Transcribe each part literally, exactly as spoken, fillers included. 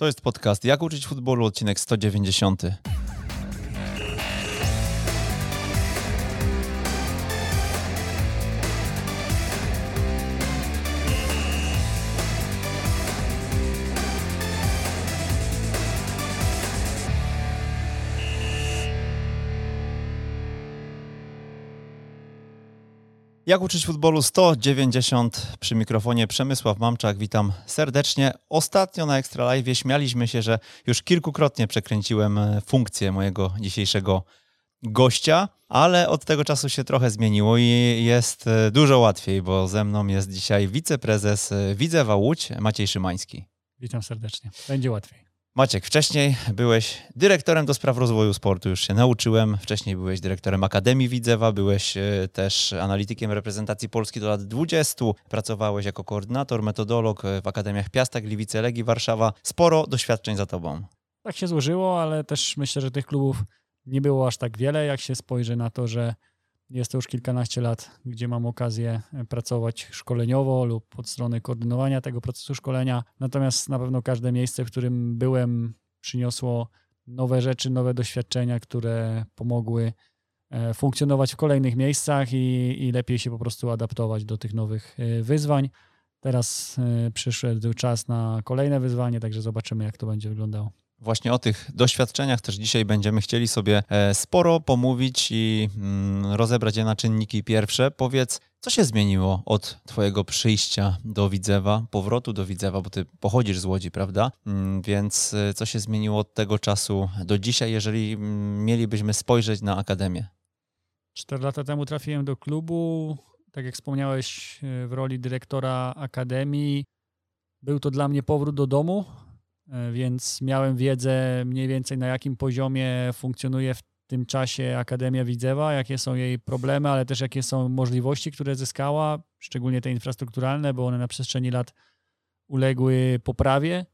To jest podcast Jak uczyć futbolu, odcinek sto dziewięćdziesiąty. Jak uczyć futbolu sto dziewięćdziesiąt, przy mikrofonie Przemysław Mamczak, witam serdecznie. Ostatnio na Extra Live śmialiśmy się, że już kilkukrotnie przekręciłem funkcję mojego dzisiejszego gościa, ale od tego czasu się trochę zmieniło i jest dużo łatwiej, bo ze mną jest dzisiaj wiceprezes Widzewa Łódź, Maciej Szymański. Witam serdecznie, będzie łatwiej. Maciek, wcześniej byłeś dyrektorem do spraw rozwoju sportu, już się nauczyłem. Wcześniej byłeś dyrektorem Akademii Widzewa, byłeś też analitykiem reprezentacji Polski do lat dwudziestu. Pracowałeś jako koordynator, metodolog w Akademiach Piasta Gliwice, Legii Warszawa. Sporo doświadczeń za tobą. Tak się złożyło, ale też myślę, że tych klubów nie było aż tak wiele, jak się spojrzy na to, że jest to już kilkanaście lat, gdzie mam okazję pracować szkoleniowo lub od strony koordynowania tego procesu szkolenia. Natomiast na pewno każde miejsce, w którym byłem, przyniosło nowe rzeczy, nowe doświadczenia, które pomogły funkcjonować w kolejnych miejscach i, i lepiej się po prostu adaptować do tych nowych wyzwań. Teraz przyszedł czas na kolejne wyzwanie, także zobaczymy, jak to będzie wyglądało. Właśnie o tych doświadczeniach też dzisiaj będziemy chcieli sobie sporo pomówić i rozebrać je na czynniki pierwsze. Powiedz, co się zmieniło od twojego przyjścia do Widzewa, powrotu do Widzewa, bo ty pochodzisz z Łodzi, prawda? Więc co się zmieniło od tego czasu do dzisiaj, jeżeli mielibyśmy spojrzeć na Akademię? Cztery lata temu trafiłem do klubu, tak jak wspomniałeś, w roli dyrektora Akademii. Był to dla mnie powrót do domu, więc miałem wiedzę mniej więcej na jakim poziomie funkcjonuje w tym czasie Akademia Widzewa, jakie są jej problemy, ale też jakie są możliwości, które zyskała, szczególnie te infrastrukturalne, bo one na przestrzeni lat uległy poprawie,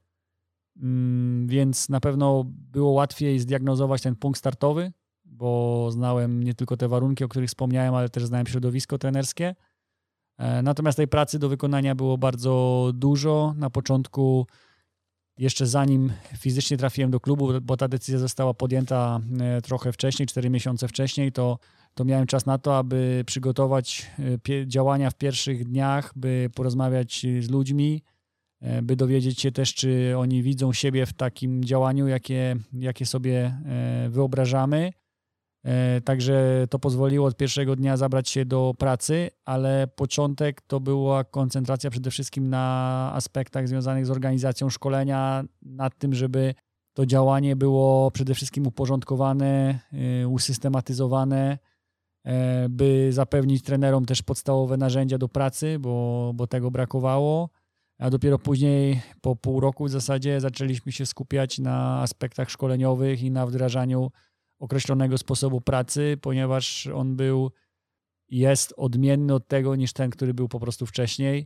więc na pewno było łatwiej zdiagnozować ten punkt startowy, bo znałem nie tylko te warunki, o których wspomniałem, ale też znałem środowisko trenerskie. Natomiast tej pracy do wykonania było bardzo dużo. Na początku, jeszcze zanim fizycznie trafiłem do klubu, bo ta decyzja została podjęta trochę wcześniej, cztery miesiące wcześniej, to, to miałem czas na to, aby przygotować działania w pierwszych dniach, by porozmawiać z ludźmi, by dowiedzieć się też, czy oni widzą siebie w takim działaniu, jakie, jakie sobie wyobrażamy. Także to pozwoliło od pierwszego dnia zabrać się do pracy, ale początek to była koncentracja przede wszystkim na aspektach związanych z organizacją szkolenia, nad tym, żeby to działanie było przede wszystkim uporządkowane, usystematyzowane, by zapewnić trenerom też podstawowe narzędzia do pracy, bo, bo tego brakowało. A dopiero później, po pół roku w zasadzie, zaczęliśmy się skupiać na aspektach szkoleniowych i na wdrażaniu określonego sposobu pracy, ponieważ on był, jest odmienny od tego niż ten, który był po prostu wcześniej,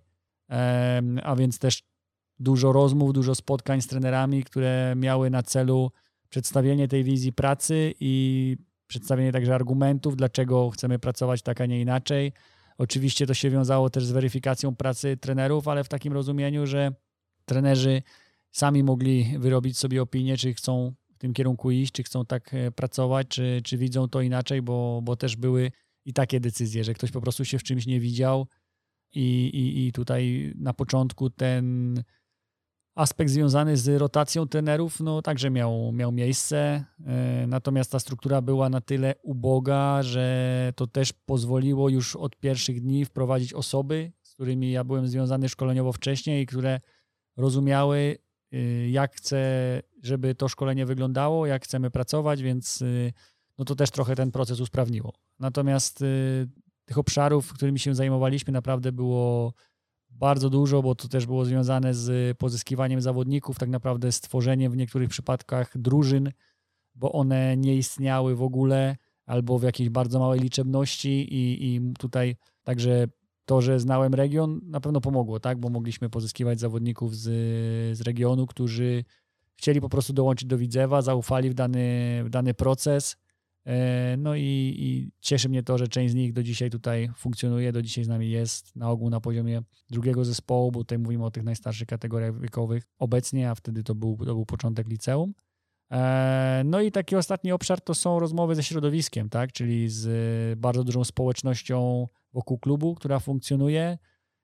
a więc też dużo rozmów, dużo spotkań z trenerami, które miały na celu przedstawienie tej wizji pracy i przedstawienie także argumentów, dlaczego chcemy pracować tak, a nie inaczej. Oczywiście to się wiązało też z weryfikacją pracy trenerów, ale w takim rozumieniu, że trenerzy sami mogli wyrobić sobie opinię, czy chcą w tym kierunku iść, czy chcą tak pracować, czy, czy widzą to inaczej, bo, bo też były i takie decyzje, że ktoś po prostu się w czymś nie widział i, i, i tutaj na początku ten aspekt związany z rotacją trenerów no także miał, miał miejsce, natomiast ta struktura była na tyle uboga, że to też pozwoliło już od pierwszych dni wprowadzić osoby, z którymi ja byłem związany szkoleniowo wcześniej i które rozumiały, jak chcę, żeby to szkolenie wyglądało, jak chcemy pracować, więc no to też trochę ten proces usprawniło. Natomiast tych obszarów, którymi się zajmowaliśmy, naprawdę było bardzo dużo, bo to też było związane z pozyskiwaniem zawodników, tak naprawdę stworzeniem w niektórych przypadkach drużyn, bo one nie istniały w ogóle albo w jakiejś bardzo małej liczebności i, i tutaj także to, że znałem region, na pewno pomogło, tak, bo mogliśmy pozyskiwać zawodników z, z regionu, którzy chcieli po prostu dołączyć do Widzewa, zaufali w dany, w dany proces No i, i cieszy mnie to, że część z nich do dzisiaj tutaj funkcjonuje, do dzisiaj z nami jest, na ogół na poziomie drugiego zespołu, bo tutaj mówimy o tych najstarszych kategoriach wiekowych obecnie, a wtedy to był, to był początek liceum. No i taki ostatni obszar to są rozmowy ze środowiskiem, tak? Czyli z bardzo dużą społecznością wokół klubu, która funkcjonuje,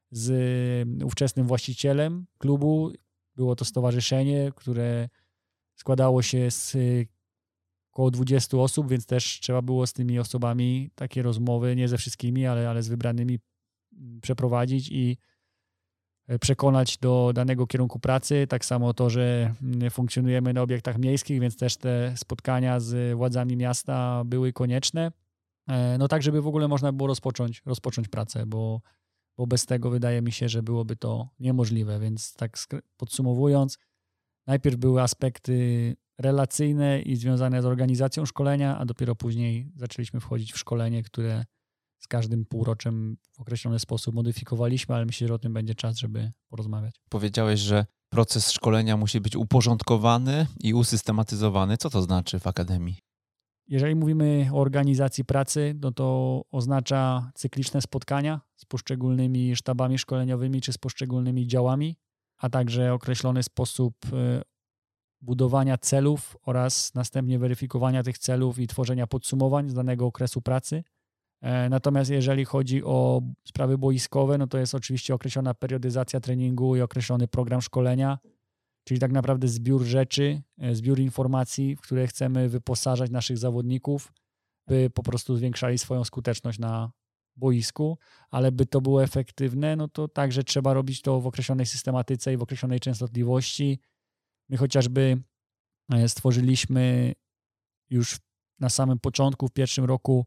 z ówczesnym właścicielem klubu. Było to stowarzyszenie, które składało się z około dwudziestu osób, więc też trzeba było z tymi osobami takie rozmowy, nie ze wszystkimi, ale, ale z wybranymi przeprowadzić i przekonać do danego kierunku pracy. Tak samo to, że funkcjonujemy na obiektach miejskich, więc też te spotkania z władzami miasta były konieczne. No tak, żeby w ogóle można było rozpocząć, rozpocząć pracę, bo, bo bez tego wydaje mi się, że byłoby to niemożliwe. Więc tak podsumowując, najpierw były aspekty relacyjne i związane z organizacją szkolenia, a dopiero później zaczęliśmy wchodzić w szkolenie, które z każdym półroczem w określony sposób modyfikowaliśmy, ale myślę, że o tym będzie czas, żeby porozmawiać. Powiedziałeś, że proces szkolenia musi być uporządkowany i usystematyzowany. Co to znaczy w Akademii? Jeżeli mówimy o organizacji pracy, no to oznacza cykliczne spotkania z poszczególnymi sztabami szkoleniowymi czy z poszczególnymi działami, a także określony sposób budowania celów oraz następnie weryfikowania tych celów i tworzenia podsumowań z danego okresu pracy. Natomiast jeżeli chodzi o sprawy boiskowe, no to jest oczywiście określona periodyzacja treningu i określony program szkolenia, czyli tak naprawdę zbiór rzeczy, zbiór informacji, w które chcemy wyposażać naszych zawodników, by po prostu zwiększali swoją skuteczność na boisku, ale by to było efektywne, no to także trzeba robić to w określonej systematyce i w określonej częstotliwości. My chociażby stworzyliśmy już na samym początku, w pierwszym roku,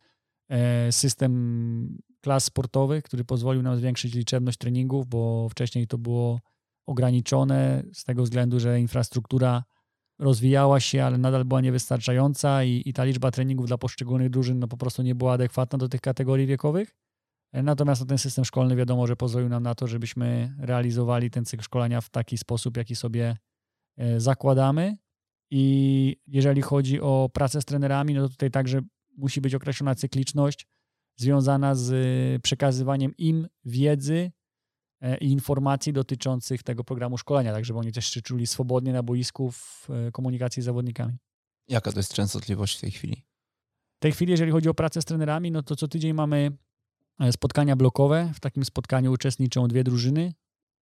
system klas sportowych, który pozwolił nam zwiększyć liczebność treningów, bo wcześniej to było ograniczone z tego względu, że infrastruktura rozwijała się, ale nadal była niewystarczająca i, i ta liczba treningów dla poszczególnych drużyn no, po prostu nie była adekwatna do tych kategorii wiekowych. Natomiast no, ten system szkolny wiadomo, że pozwolił nam na to, żebyśmy realizowali ten cykl szkolenia w taki sposób, jaki sobie zakładamy. I jeżeli chodzi o pracę z trenerami, no to tutaj także musi być określona cykliczność związana z przekazywaniem im wiedzy i informacji dotyczących tego programu szkolenia, tak żeby oni też się czuli swobodnie na boisku w komunikacji z zawodnikami. Jaka to jest częstotliwość w tej chwili? W tej chwili, jeżeli chodzi o pracę z trenerami, no to co tydzień mamy spotkania blokowe. W takim spotkaniu uczestniczą dwie drużyny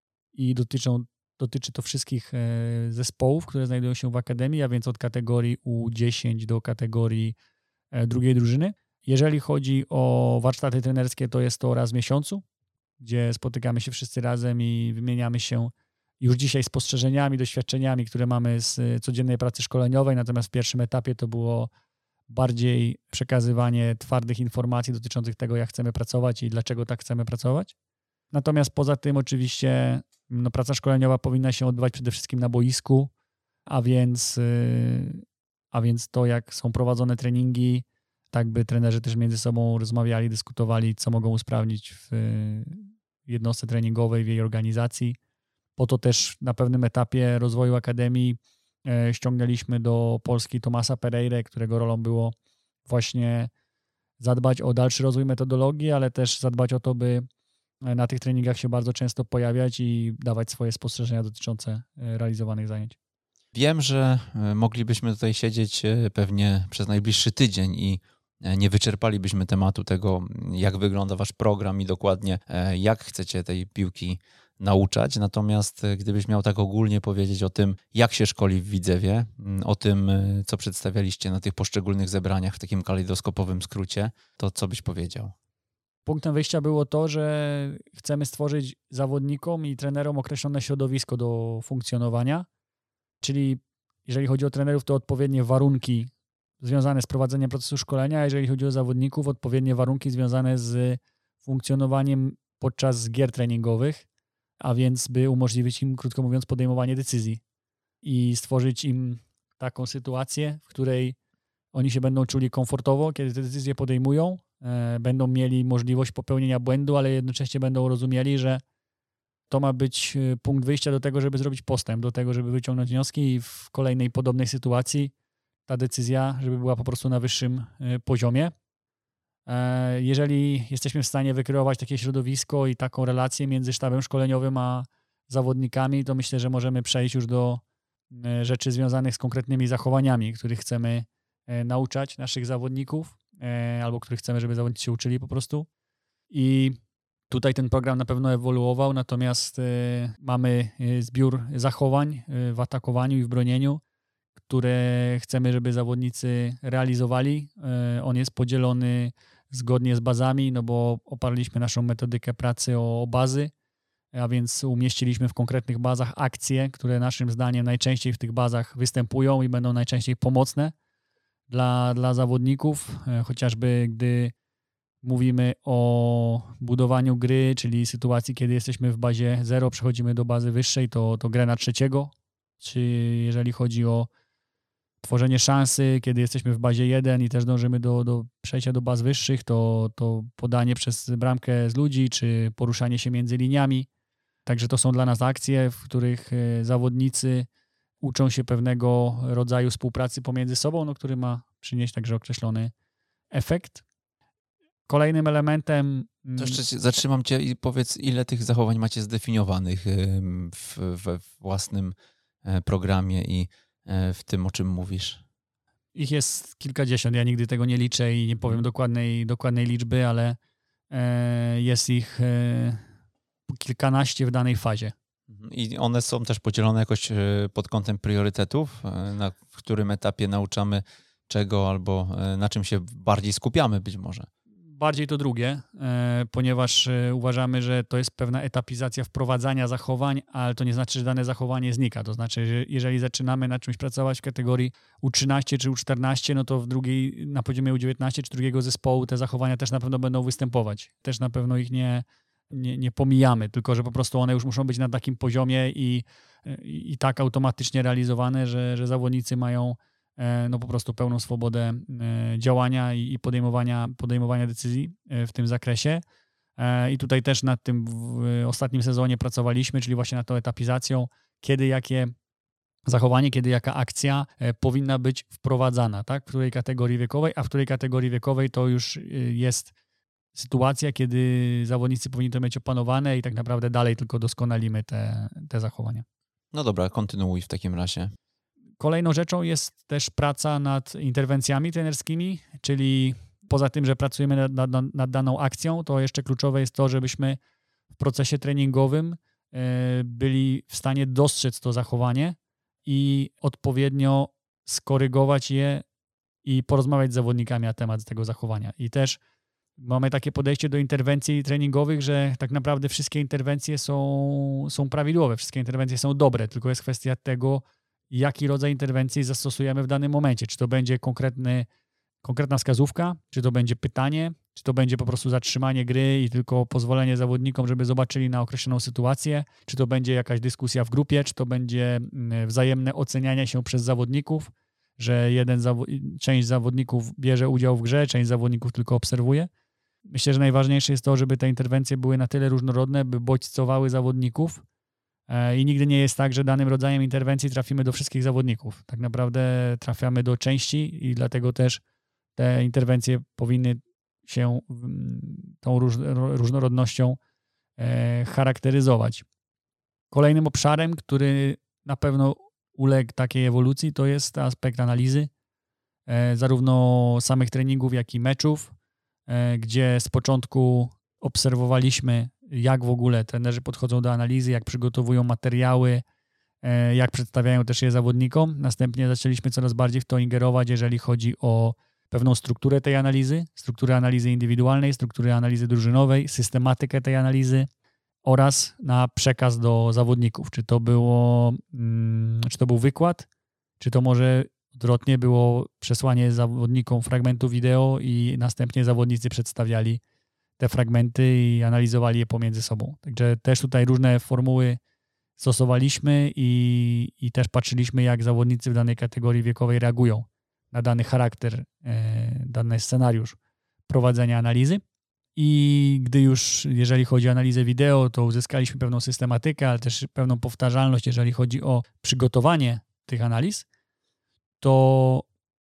i dotyczą, dotyczy to wszystkich zespołów, które znajdują się w Akademii, a więc od kategorii U dziesięć do kategorii drugiej drużyny. Jeżeli chodzi o warsztaty trenerskie, to jest to raz w miesiącu, gdzie spotykamy się wszyscy razem i wymieniamy się już dzisiaj spostrzeżeniami, doświadczeniami, które mamy z codziennej pracy szkoleniowej, natomiast w pierwszym etapie to było bardziej przekazywanie twardych informacji dotyczących tego, jak chcemy pracować i dlaczego tak chcemy pracować. Natomiast poza tym oczywiście no, praca szkoleniowa powinna się odbywać przede wszystkim na boisku, a więc, yy, a więc to, jak są prowadzone treningi, tak by trenerzy też między sobą rozmawiali, dyskutowali, co mogą usprawnić w jednostce treningowej, w jej organizacji. Po to też na pewnym etapie rozwoju Akademii ściągnęliśmy do Polski Tomasa Pereire, którego rolą było właśnie zadbać o dalszy rozwój metodologii, ale też zadbać o to, by na tych treningach się bardzo często pojawiać i dawać swoje spostrzeżenia dotyczące realizowanych zajęć. Wiem, że moglibyśmy tutaj siedzieć pewnie przez najbliższy tydzień i nie wyczerpalibyśmy tematu tego, jak wygląda wasz program i dokładnie jak chcecie tej piłki nauczać. Natomiast gdybyś miał tak ogólnie powiedzieć o tym, jak się szkoli w Widzewie, o tym, co przedstawialiście na tych poszczególnych zebraniach w takim kalejdoskopowym skrócie, to co byś powiedział? Punktem wyjścia było to, że chcemy stworzyć zawodnikom i trenerom określone środowisko do funkcjonowania, czyli jeżeli chodzi o trenerów, to odpowiednie warunki związane z prowadzeniem procesu szkolenia, a jeżeli chodzi o zawodników, odpowiednie warunki związane z funkcjonowaniem podczas gier treningowych, a więc by umożliwić im, krótko mówiąc, podejmowanie decyzji i stworzyć im taką sytuację, w której oni się będą czuli komfortowo, kiedy te decyzje podejmują, e, będą mieli możliwość popełnienia błędu, ale jednocześnie będą rozumieli, że to ma być punkt wyjścia do tego, żeby zrobić postęp, do tego, żeby wyciągnąć wnioski i w kolejnej podobnej sytuacji ta decyzja, żeby była po prostu na wyższym poziomie. Jeżeli jesteśmy w stanie wykreować takie środowisko i taką relację między sztabem szkoleniowym a zawodnikami, to myślę, że możemy przejść już do rzeczy związanych z konkretnymi zachowaniami, których chcemy nauczać naszych zawodników albo których chcemy, żeby zawodnicy się uczyli po prostu. I tutaj ten program na pewno ewoluował, natomiast mamy zbiór zachowań w atakowaniu i w bronieniu, które chcemy, żeby zawodnicy realizowali. On jest podzielony zgodnie z bazami, no bo oparliśmy naszą metodykę pracy o bazy, a więc umieściliśmy w konkretnych bazach akcje, które naszym zdaniem najczęściej w tych bazach występują i będą najczęściej pomocne dla, dla zawodników, chociażby gdy mówimy o budowaniu gry, czyli sytuacji, kiedy jesteśmy w bazie zero, przechodzimy do bazy wyższej, to, to grę na trzeciego, czy jeżeli chodzi o tworzenie szansy, kiedy jesteśmy w bazie jeden i też dążymy do, do przejścia do baz wyższych, to, to podanie przez bramkę z ludzi, czy poruszanie się między liniami. Także to są dla nas akcje, w których zawodnicy uczą się pewnego rodzaju współpracy pomiędzy sobą, no, który ma przynieść także określony efekt. Kolejnym elementem... To jeszcze zatrzymam Cię i powiedz, ile tych zachowań macie zdefiniowanych w, we własnym programie i w tym, o czym mówisz? Ich jest kilkadziesiąt. Ja nigdy tego nie liczę i nie powiem dokładnej, dokładnej liczby, ale jest ich kilkanaście w danej fazie. I one są też podzielone jakoś pod kątem priorytetów, na którym etapie nauczamy czego albo na czym się bardziej skupiamy być może. Bardziej to drugie, ponieważ uważamy, że to jest pewna etapizacja wprowadzania zachowań, ale to nie znaczy, że dane zachowanie znika. To znaczy, że jeżeli zaczynamy nad czymś pracować w kategorii U trzynaście czy U czternaście, no to w drugiej, na poziomie U dziewiętnaście czy drugiego zespołu te zachowania też na pewno będą występować. Też na pewno ich nie, nie, nie pomijamy, tylko że po prostu one już muszą być na takim poziomie i, i, i tak automatycznie realizowane, że, że zawodnicy mają no po prostu pełną swobodę działania i podejmowania, podejmowania decyzji w tym zakresie. I tutaj też nad tym w ostatnim sezonie pracowaliśmy, czyli właśnie nad tą etapizacją, kiedy jakie zachowanie, kiedy jaka akcja powinna być wprowadzana, tak? W której kategorii wiekowej, a w której kategorii wiekowej to już jest sytuacja, kiedy zawodnicy powinni to mieć opanowane i tak naprawdę dalej tylko doskonalimy te, te zachowania. No dobra, kontynuuj w takim razie. Kolejną rzeczą jest też praca nad interwencjami trenerskimi, czyli poza tym, że pracujemy nad, nad, nad daną akcją, to jeszcze kluczowe jest to, żebyśmy w procesie treningowym byli w stanie dostrzec to zachowanie i odpowiednio skorygować je i porozmawiać z zawodnikami na temat tego zachowania. I też mamy takie podejście do interwencji treningowych, że tak naprawdę wszystkie interwencje są, są prawidłowe, wszystkie interwencje są dobre, tylko jest kwestia tego, jaki rodzaj interwencji zastosujemy w danym momencie. Czy to będzie konkretny, konkretna wskazówka, czy to będzie pytanie, czy to będzie po prostu zatrzymanie gry i tylko pozwolenie zawodnikom, żeby zobaczyli na określoną sytuację, czy to będzie jakaś dyskusja w grupie, czy to będzie wzajemne ocenianie się przez zawodników, że jeden zawo- część zawodników bierze udział w grze, część zawodników tylko obserwuje. Myślę, że najważniejsze jest to, żeby te interwencje były na tyle różnorodne, by bodźcowały zawodników. I nigdy nie jest tak, że danym rodzajem interwencji trafimy do wszystkich zawodników. Tak naprawdę trafiamy do części i dlatego też te interwencje powinny się tą róż, różnorodnością charakteryzować. Kolejnym obszarem, który na pewno uległ takiej ewolucji, to jest aspekt analizy zarówno samych treningów, jak i meczów, gdzie z początku obserwowaliśmy, jak w ogóle trenerzy podchodzą do analizy, jak przygotowują materiały, jak przedstawiają też je zawodnikom. Następnie zaczęliśmy coraz bardziej w to ingerować, jeżeli chodzi o pewną strukturę tej analizy, strukturę analizy indywidualnej, strukturę analizy drużynowej, systematykę tej analizy oraz na przekaz do zawodników. Czy to było, czy to był wykład, czy to może odwrotnie było przesłanie zawodnikom fragmentu wideo i następnie zawodnicy przedstawiali te fragmenty i analizowali je pomiędzy sobą. Także też tutaj różne formuły stosowaliśmy i, i też patrzyliśmy, jak zawodnicy w danej kategorii wiekowej reagują na dany charakter, e, dany scenariusz prowadzenia analizy. I gdy już, jeżeli chodzi o analizę wideo, to uzyskaliśmy pewną systematykę, ale też pewną powtarzalność, jeżeli chodzi o przygotowanie tych analiz, to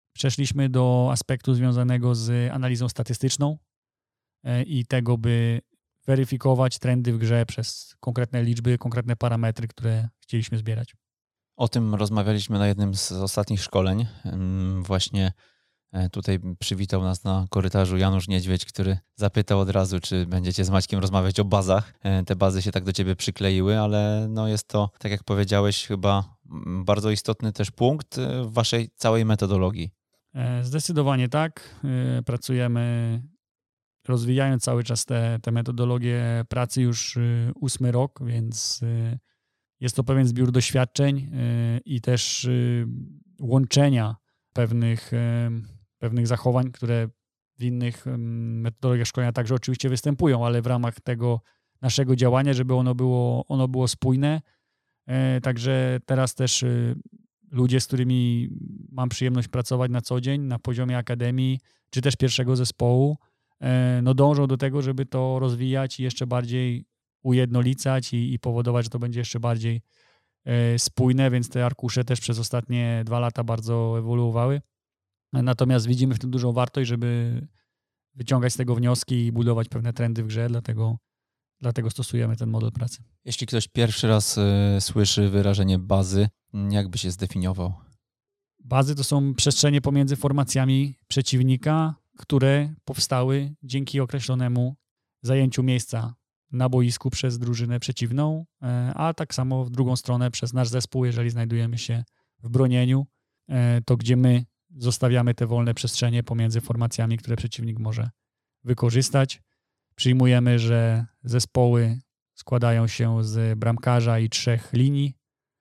przeszliśmy do aspektu związanego z analizą statystyczną i tego, by weryfikować trendy w grze przez konkretne liczby, konkretne parametry, które chcieliśmy zbierać. O tym rozmawialiśmy na jednym z ostatnich szkoleń. Właśnie tutaj przywitał nas na korytarzu Janusz Niedźwiedź, który zapytał od razu, czy będziecie z Maćkiem rozmawiać o bazach. Te bazy się tak do ciebie przykleiły, ale no jest to, tak jak powiedziałeś, chyba bardzo istotny też punkt w waszej całej metodologii. Zdecydowanie tak. Pracujemy, rozwijając cały czas te, te metodologie pracy już ósmy rok, więc jest to pewien zbiór doświadczeń i też łączenia pewnych, pewnych zachowań, które w innych metodologiach szkolenia także oczywiście występują, ale w ramach tego naszego działania, żeby ono było, ono było spójne. Także teraz też ludzie, z którymi mam przyjemność pracować na co dzień na poziomie akademii, czy też pierwszego zespołu, no dążą do tego, żeby to rozwijać i jeszcze bardziej ujednolicać i, i powodować, że to będzie jeszcze bardziej spójne, więc te arkusze też przez ostatnie dwa lata bardzo ewoluowały. Natomiast widzimy w tym dużą wartość, żeby wyciągać z tego wnioski i budować pewne trendy w grze, dlatego, dlatego stosujemy ten model pracy. Jeśli ktoś pierwszy raz y, słyszy wyrażenie bazy, jak by się zdefiniował? Bazy to są przestrzenie pomiędzy formacjami przeciwnika, które powstały dzięki określonemu zajęciu miejsca na boisku przez drużynę przeciwną, a tak samo w drugą stronę przez nasz zespół, jeżeli znajdujemy się w bronieniu, to gdzie my zostawiamy te wolne przestrzenie pomiędzy formacjami, które przeciwnik może wykorzystać. Przyjmujemy, że zespoły składają się z bramkarza i trzech linii,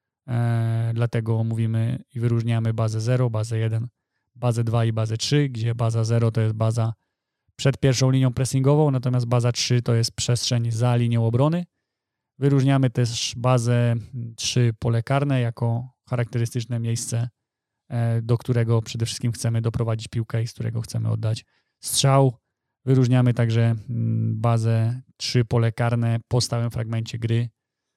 dlatego mówimy i wyróżniamy bazę zero, bazę jeden, bazę dwa i bazę trzy, gdzie baza zero to jest baza przed pierwszą linią pressingową, natomiast baza trzy to jest przestrzeń za linią obrony. Wyróżniamy też bazę trzy pole karne jako charakterystyczne miejsce, do którego przede wszystkim chcemy doprowadzić piłkę i z którego chcemy oddać strzał. Wyróżniamy także bazę trzy pole karne po stałym fragmencie gry.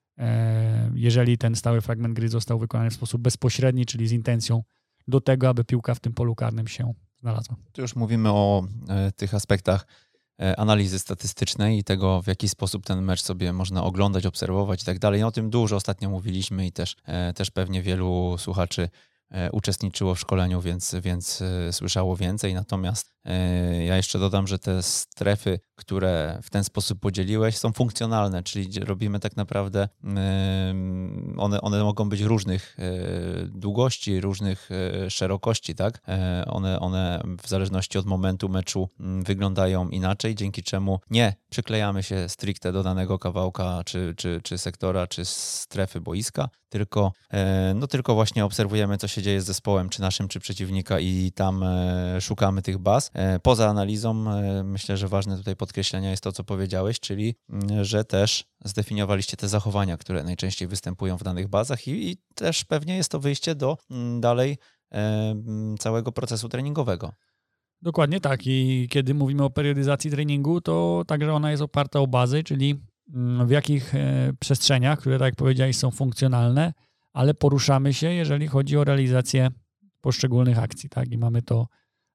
Jeżeli ten stały fragment gry został wykonany w sposób bezpośredni, czyli z intencją do tego, aby piłka w tym polu karnym się znalazła. Tu już mówimy o e, tych aspektach e, analizy statystycznej i tego, w jaki sposób ten mecz sobie można oglądać, obserwować i tak dalej. No, o tym dużo ostatnio mówiliśmy i też, e, też pewnie wielu słuchaczy e, uczestniczyło w szkoleniu, więc, więc e, słyszało więcej. Natomiast e, ja jeszcze dodam, że te strefy, które w ten sposób podzieliłeś, są funkcjonalne, czyli robimy tak naprawdę, e, one, one mogą być różnych e, długości, różnych e, szerokości, tak? E, one, one w zależności od momentu meczu m, wyglądają inaczej, dzięki czemu nie przyklejamy się stricte do danego kawałka, czy, czy, czy sektora, czy strefy boiska, tylko, e, no, tylko właśnie obserwujemy, co się dzieje z zespołem, czy naszym, czy przeciwnika i tam e, szukamy tych baz. E, poza analizą e, myślę, że ważne tutaj podkreślenia jest to, co powiedziałeś, czyli m, że też zdefiniowaliście te zachowania, które najczęściej występują w danych bazach i, i też pewnie jest to wyjście do m, dalej e, m, całego procesu treningowego. Dokładnie tak i kiedy mówimy o periodyzacji treningu, to także ona jest oparta o bazy, czyli w jakich przestrzeniach, które tak jak powiedziałeś są funkcjonalne, ale poruszamy się, jeżeli chodzi o realizację poszczególnych akcji, tak? I mamy to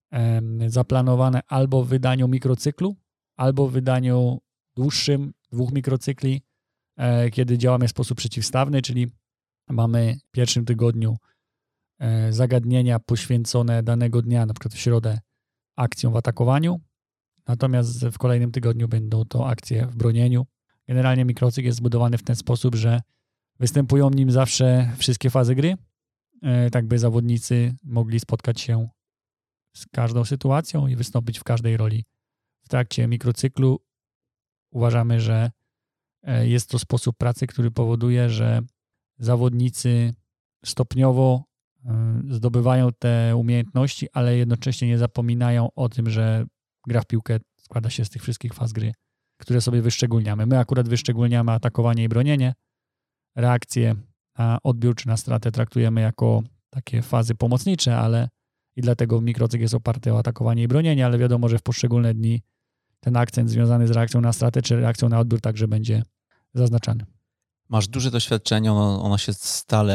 zaplanowane albo w wydaniu mikrocyklu, albo w wydaniu dłuższym, dwóch mikrocykli, kiedy działamy w sposób przeciwstawny, czyli mamy w pierwszym tygodniu zagadnienia poświęcone danego dnia, na przykład w środę, akcją w atakowaniu, natomiast w kolejnym tygodniu będą to akcje w bronieniu. Generalnie mikrocykl jest zbudowany w ten sposób, że występują w nim zawsze wszystkie fazy gry, tak by zawodnicy mogli spotkać się z każdą sytuacją i wystąpić w każdej roli. W trakcie mikrocyklu uważamy, że jest to sposób pracy, który powoduje, że zawodnicy stopniowo zdobywają te umiejętności, ale jednocześnie nie zapominają o tym, że gra w piłkę składa się z tych wszystkich faz gry, które sobie wyszczególniamy. My akurat wyszczególniamy atakowanie i bronienie. Reakcje na odbiór czy na stratę traktujemy jako takie fazy pomocnicze, ale i dlatego mikrocykl jest oparty o atakowanie i bronienie, ale wiadomo, że w poszczególne dni ten akcent związany z reakcją na stratę czy reakcją na odbiór także będzie zaznaczany. Masz duże doświadczenie, ono, ono się stale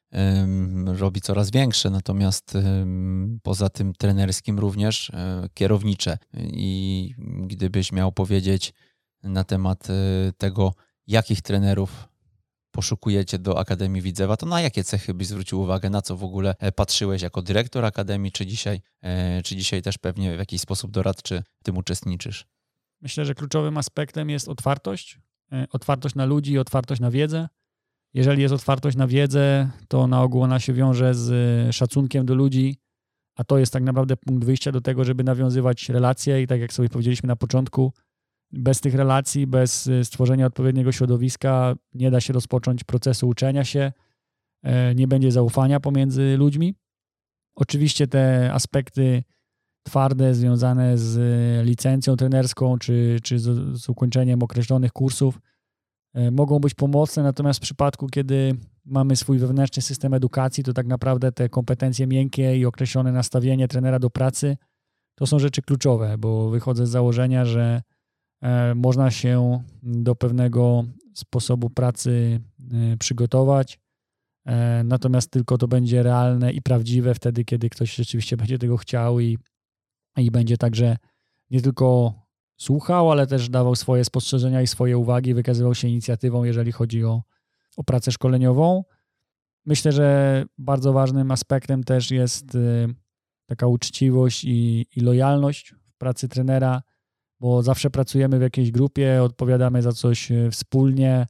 ym, robi coraz większe, natomiast ym, poza tym trenerskim również y, kierownicze. I gdybyś miał powiedzieć na temat y, tego, jakich trenerów poszukujecie do Akademii Widzewa, to na jakie cechy byś zwrócił uwagę, na co w ogóle patrzyłeś jako dyrektor Akademii, czy dzisiaj, czy dzisiaj też pewnie w jakiś sposób doradczy w tym uczestniczysz? Myślę, że kluczowym aspektem jest otwartość. Otwartość na ludzi i otwartość na wiedzę. Jeżeli jest otwartość na wiedzę, to na ogół ona się wiąże z szacunkiem do ludzi, a to jest tak naprawdę punkt wyjścia do tego, żeby nawiązywać relacje i tak jak sobie powiedzieliśmy na początku, bez tych relacji, bez stworzenia odpowiedniego środowiska nie da się rozpocząć procesu uczenia się, nie będzie zaufania pomiędzy ludźmi. Oczywiście te aspekty twarde związane z licencją trenerską czy, czy z, z ukończeniem określonych kursów mogą być pomocne, natomiast w przypadku, kiedy mamy swój wewnętrzny system edukacji, to tak naprawdę te kompetencje miękkie i określone nastawienie trenera do pracy to są rzeczy kluczowe, bo wychodzę z założenia, że można się do pewnego sposobu pracy przygotować, natomiast tylko to będzie realne i prawdziwe wtedy, kiedy ktoś rzeczywiście będzie tego chciał i, i będzie także nie tylko słuchał, ale też dawał swoje spostrzeżenia i swoje uwagi, wykazywał się inicjatywą, jeżeli chodzi o, o pracę szkoleniową. Myślę, że bardzo ważnym aspektem też jest taka uczciwość i, i lojalność w pracy trenera, bo zawsze pracujemy w jakiejś grupie, odpowiadamy za coś wspólnie,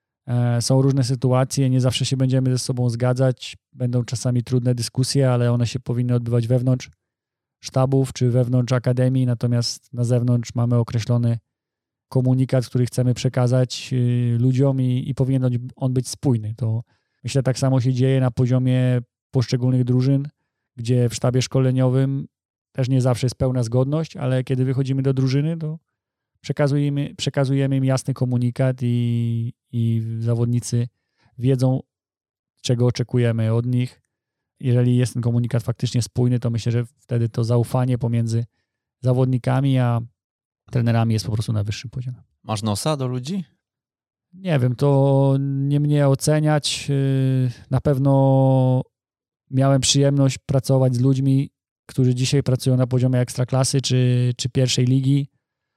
są różne sytuacje, nie zawsze się będziemy ze sobą zgadzać, będą czasami trudne dyskusje, ale one się powinny odbywać wewnątrz sztabów czy wewnątrz akademii, natomiast na zewnątrz mamy określony komunikat, który chcemy przekazać ludziom i, i powinien on być spójny. To myślę, tak samo się dzieje na poziomie poszczególnych drużyn, gdzie w sztabie szkoleniowym też nie zawsze jest pełna zgodność, ale kiedy wychodzimy do drużyny, to przekazujemy, przekazujemy im jasny komunikat i, i zawodnicy wiedzą, czego oczekujemy od nich. Jeżeli jest ten komunikat faktycznie spójny, to myślę, że wtedy to zaufanie pomiędzy zawodnikami a trenerami jest po prostu na wyższym poziomie. Masz nosa do ludzi? Nie wiem, to nie mnie oceniać. Na pewno miałem przyjemność pracować z ludźmi, którzy dzisiaj pracują na poziomie ekstraklasy czy, czy pierwszej ligi,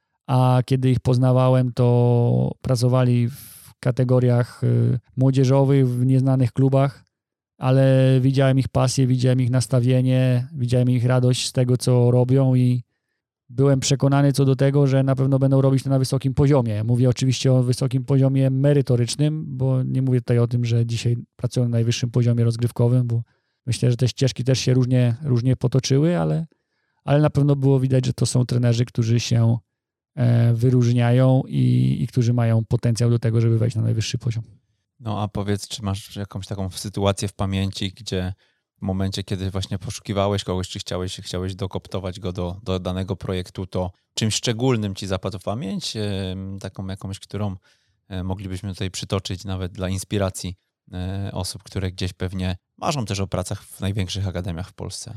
a kiedy ich poznawałem, to pracowali w kategoriach młodzieżowych, w nieznanych klubach, ale widziałem ich pasję, widziałem ich nastawienie, widziałem ich radość z tego, co robią i byłem przekonany co do tego, że na pewno będą robić to na wysokim poziomie. Mówię oczywiście o wysokim poziomie merytorycznym, bo nie mówię tutaj o tym, że dzisiaj pracują na najwyższym poziomie rozgrywkowym, bo myślę, że te ścieżki też się różnie, różnie potoczyły, ale, ale na pewno było widać, że to są trenerzy, którzy się wyróżniają i, i którzy mają potencjał do tego, żeby wejść na najwyższy poziom. No a powiedz, czy masz jakąś taką sytuację w pamięci, gdzie w momencie, kiedy właśnie poszukiwałeś kogoś, czy chciałeś, chciałeś dokoptować go do, do danego projektu, to czymś szczególnym ci zapadł w pamięć, taką jakąś, którą moglibyśmy tutaj przytoczyć nawet dla inspiracji osób, które gdzieś pewnie marzą też o pracach w największych akademiach w Polsce?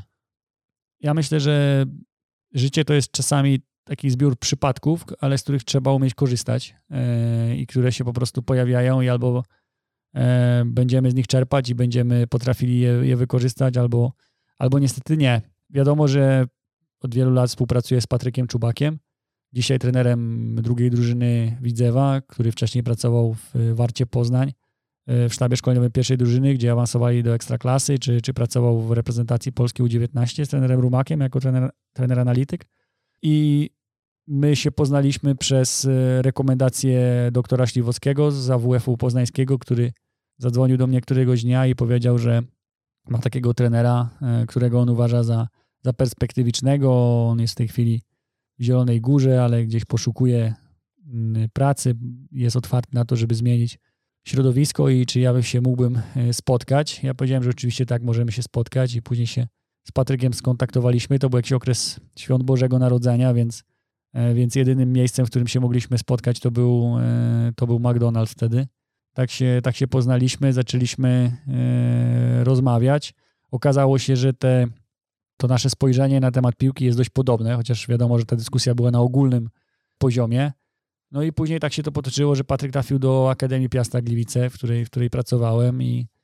Ja myślę, że życie to jest czasami taki zbiór przypadków, ale z których trzeba umieć korzystać yy, i które się po prostu pojawiają i albo yy, będziemy z nich czerpać i będziemy potrafili je, je wykorzystać, albo, albo niestety nie. Wiadomo, że od wielu lat współpracuję z Patrykiem Czubakiem, dzisiaj trenerem drugiej drużyny Widzewa, który wcześniej pracował w Warcie Poznań, w sztabie szkoleniowym pierwszej drużyny, gdzie awansowali do ekstraklasy, czy, czy pracował w reprezentacji Polski U dziewiętnaście z trenerem Rumakiem jako trener, trener analityk. I my się poznaliśmy przez rekomendację doktora Śliwowskiego z A W F-u poznańskiego, który zadzwonił do mnie któregoś dnia i powiedział, że ma takiego trenera, którego on uważa za, za perspektywicznego. On jest w tej chwili w Zielonej Górze, ale gdzieś poszukuje pracy, jest otwarty na to, żeby zmienić środowisko i czy ja bym się mógłbym spotkać. Ja powiedziałem, że oczywiście tak, możemy się spotkać i później się z Patrykiem skontaktowaliśmy. To był jakiś okres Świąt Bożego Narodzenia, więc, więc jedynym miejscem, w którym się mogliśmy spotkać, to był, to był McDonald's wtedy. Tak się, tak się poznaliśmy, zaczęliśmy rozmawiać. Okazało się, że te, to nasze spojrzenie na temat piłki jest dość podobne, chociaż wiadomo, że ta dyskusja była na ogólnym poziomie. No i później tak się to potoczyło, że Patryk trafił do Akademii Piasta Gliwice, w której, w której pracowałem i,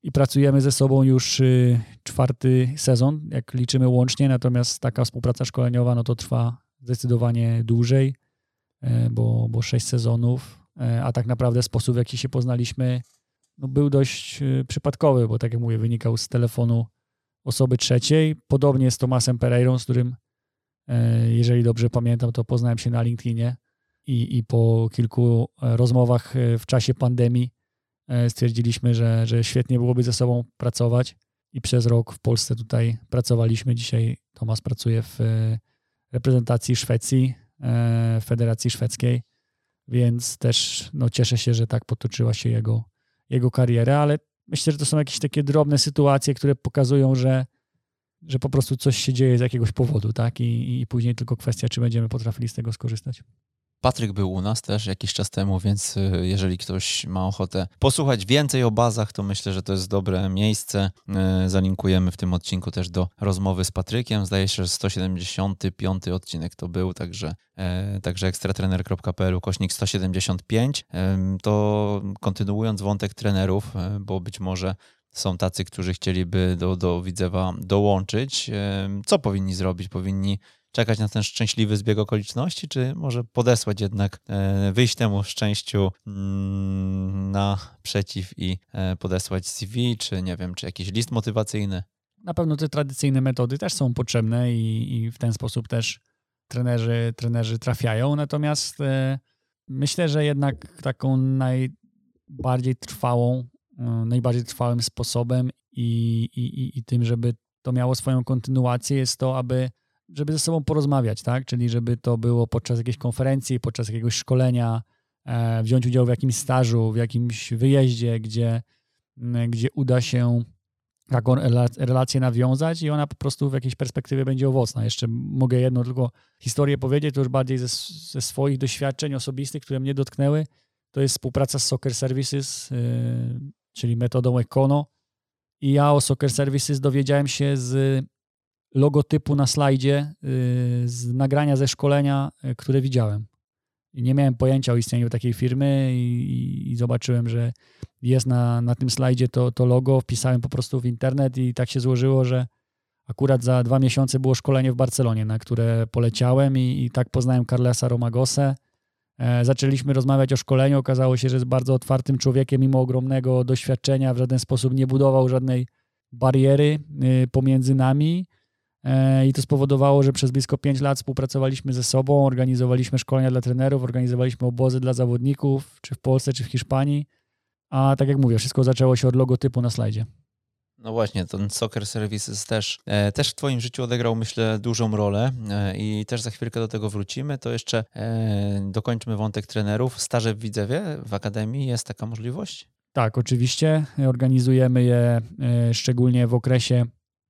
i pracujemy ze sobą już y, czwarty sezon, jak liczymy łącznie, natomiast taka współpraca szkoleniowa no to trwa zdecydowanie dłużej, y, bo, bo sześć sezonów, y, a tak naprawdę sposób, w jaki się poznaliśmy, no był dość y, przypadkowy, bo tak jak mówię, wynikał z telefonu osoby trzeciej. Podobnie z Tomasem Pereirą, z którym, y, jeżeli dobrze pamiętam, to poznałem się na LinkedInie i, i po kilku rozmowach y, w czasie pandemii stwierdziliśmy, że, że świetnie byłoby ze sobą pracować i przez rok w Polsce tutaj pracowaliśmy. Dzisiaj Tomasz pracuje w reprezentacji Szwecji, w Federacji Szwedzkiej, więc też no, cieszę się, że tak potoczyła się jego, jego kariera, ale myślę, że to są jakieś takie drobne sytuacje, które pokazują, że, że po prostu coś się dzieje z jakiegoś powodu, tak? I, i później tylko kwestia, czy będziemy potrafili z tego skorzystać. Patryk był u nas też jakiś czas temu, więc jeżeli ktoś ma ochotę posłuchać więcej o bazach, to myślę, że to jest dobre miejsce. Zalinkujemy w tym odcinku też do rozmowy z Patrykiem. Zdaje się, że sto siedemdziesiąty piąty odcinek to był, także, także ekstratrener kropka p l ukośnik sto siedemdziesiąt pięć. To kontynuując wątek trenerów, bo być może są tacy, którzy chcieliby do, do Widzewa dołączyć. Co powinni zrobić? Powinni czekać na ten szczęśliwy zbieg okoliczności, czy może podesłać jednak, e, wyjść temu szczęściu mm, naprzeciw i e, podesłać C V, czy nie wiem, czy jakiś list motywacyjny? Na pewno te tradycyjne metody też są potrzebne i, i w ten sposób też trenerzy, trenerzy trafiają, natomiast e, myślę, że jednak taką najbardziej trwałą, e, najbardziej trwałym sposobem i, i, i tym, żeby to miało swoją kontynuację, jest to, aby żeby ze sobą porozmawiać, tak? Czyli żeby to było podczas jakiejś konferencji, podczas jakiegoś szkolenia, e, wziąć udział w jakimś stażu, w jakimś wyjeździe, gdzie, m, gdzie uda się taką relację nawiązać i ona po prostu w jakiejś perspektywie będzie owocna. Jeszcze mogę jedną tylko historię powiedzieć, to już bardziej ze, ze swoich doświadczeń osobistych, które mnie dotknęły. To jest współpraca z Soccer Services, y, czyli metodą Econo. I ja o Soccer Services dowiedziałem się z logotypu na slajdzie, y, z nagrania ze szkolenia, y, które widziałem. I nie miałem pojęcia o istnieniu takiej firmy i, i zobaczyłem, że jest na, na tym slajdzie to, to logo, wpisałem po prostu w internet i tak się złożyło, że akurat za dwa miesiące było szkolenie w Barcelonie, na które poleciałem i, i tak poznałem Carlesa Romagosę. E, zaczęliśmy rozmawiać o szkoleniu, okazało się, że jest bardzo otwartym człowiekiem, mimo ogromnego doświadczenia, w żaden sposób nie budował żadnej bariery y, pomiędzy nami. I to spowodowało, że przez blisko pięć lat współpracowaliśmy ze sobą, organizowaliśmy szkolenia dla trenerów, organizowaliśmy obozy dla zawodników, czy w Polsce, czy w Hiszpanii. A tak jak mówię, wszystko zaczęło się od logotypu na slajdzie. No właśnie, ten Soccer Services też, e, też w twoim życiu odegrał, myślę, dużą rolę e, i też za chwilkę do tego wrócimy. To jeszcze e, dokończmy wątek trenerów. Staże w Widzewie, w Akademii, jest taka możliwość? Tak, oczywiście. Organizujemy je e, szczególnie w okresie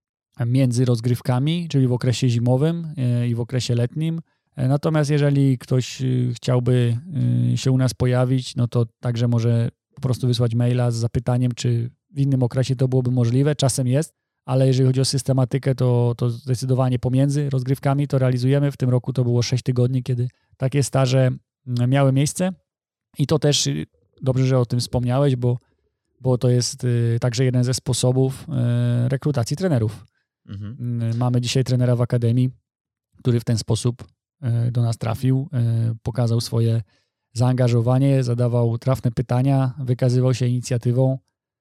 między rozgrywkami, czyli w okresie zimowym i w okresie letnim. Natomiast jeżeli ktoś chciałby się u nas pojawić, no to także może po prostu wysłać maila z zapytaniem, czy w innym okresie to byłoby możliwe. Czasem jest, ale jeżeli chodzi o systematykę, to, to zdecydowanie pomiędzy rozgrywkami to realizujemy. W tym roku to było sześć tygodni, kiedy takie staże miały miejsce i to też dobrze, że o tym wspomniałeś, bo, bo to jest także jeden ze sposobów rekrutacji trenerów. Mhm. Mamy dzisiaj trenera w Akademii, który w ten sposób do nas trafił, pokazał swoje zaangażowanie, zadawał trafne pytania, wykazywał się inicjatywą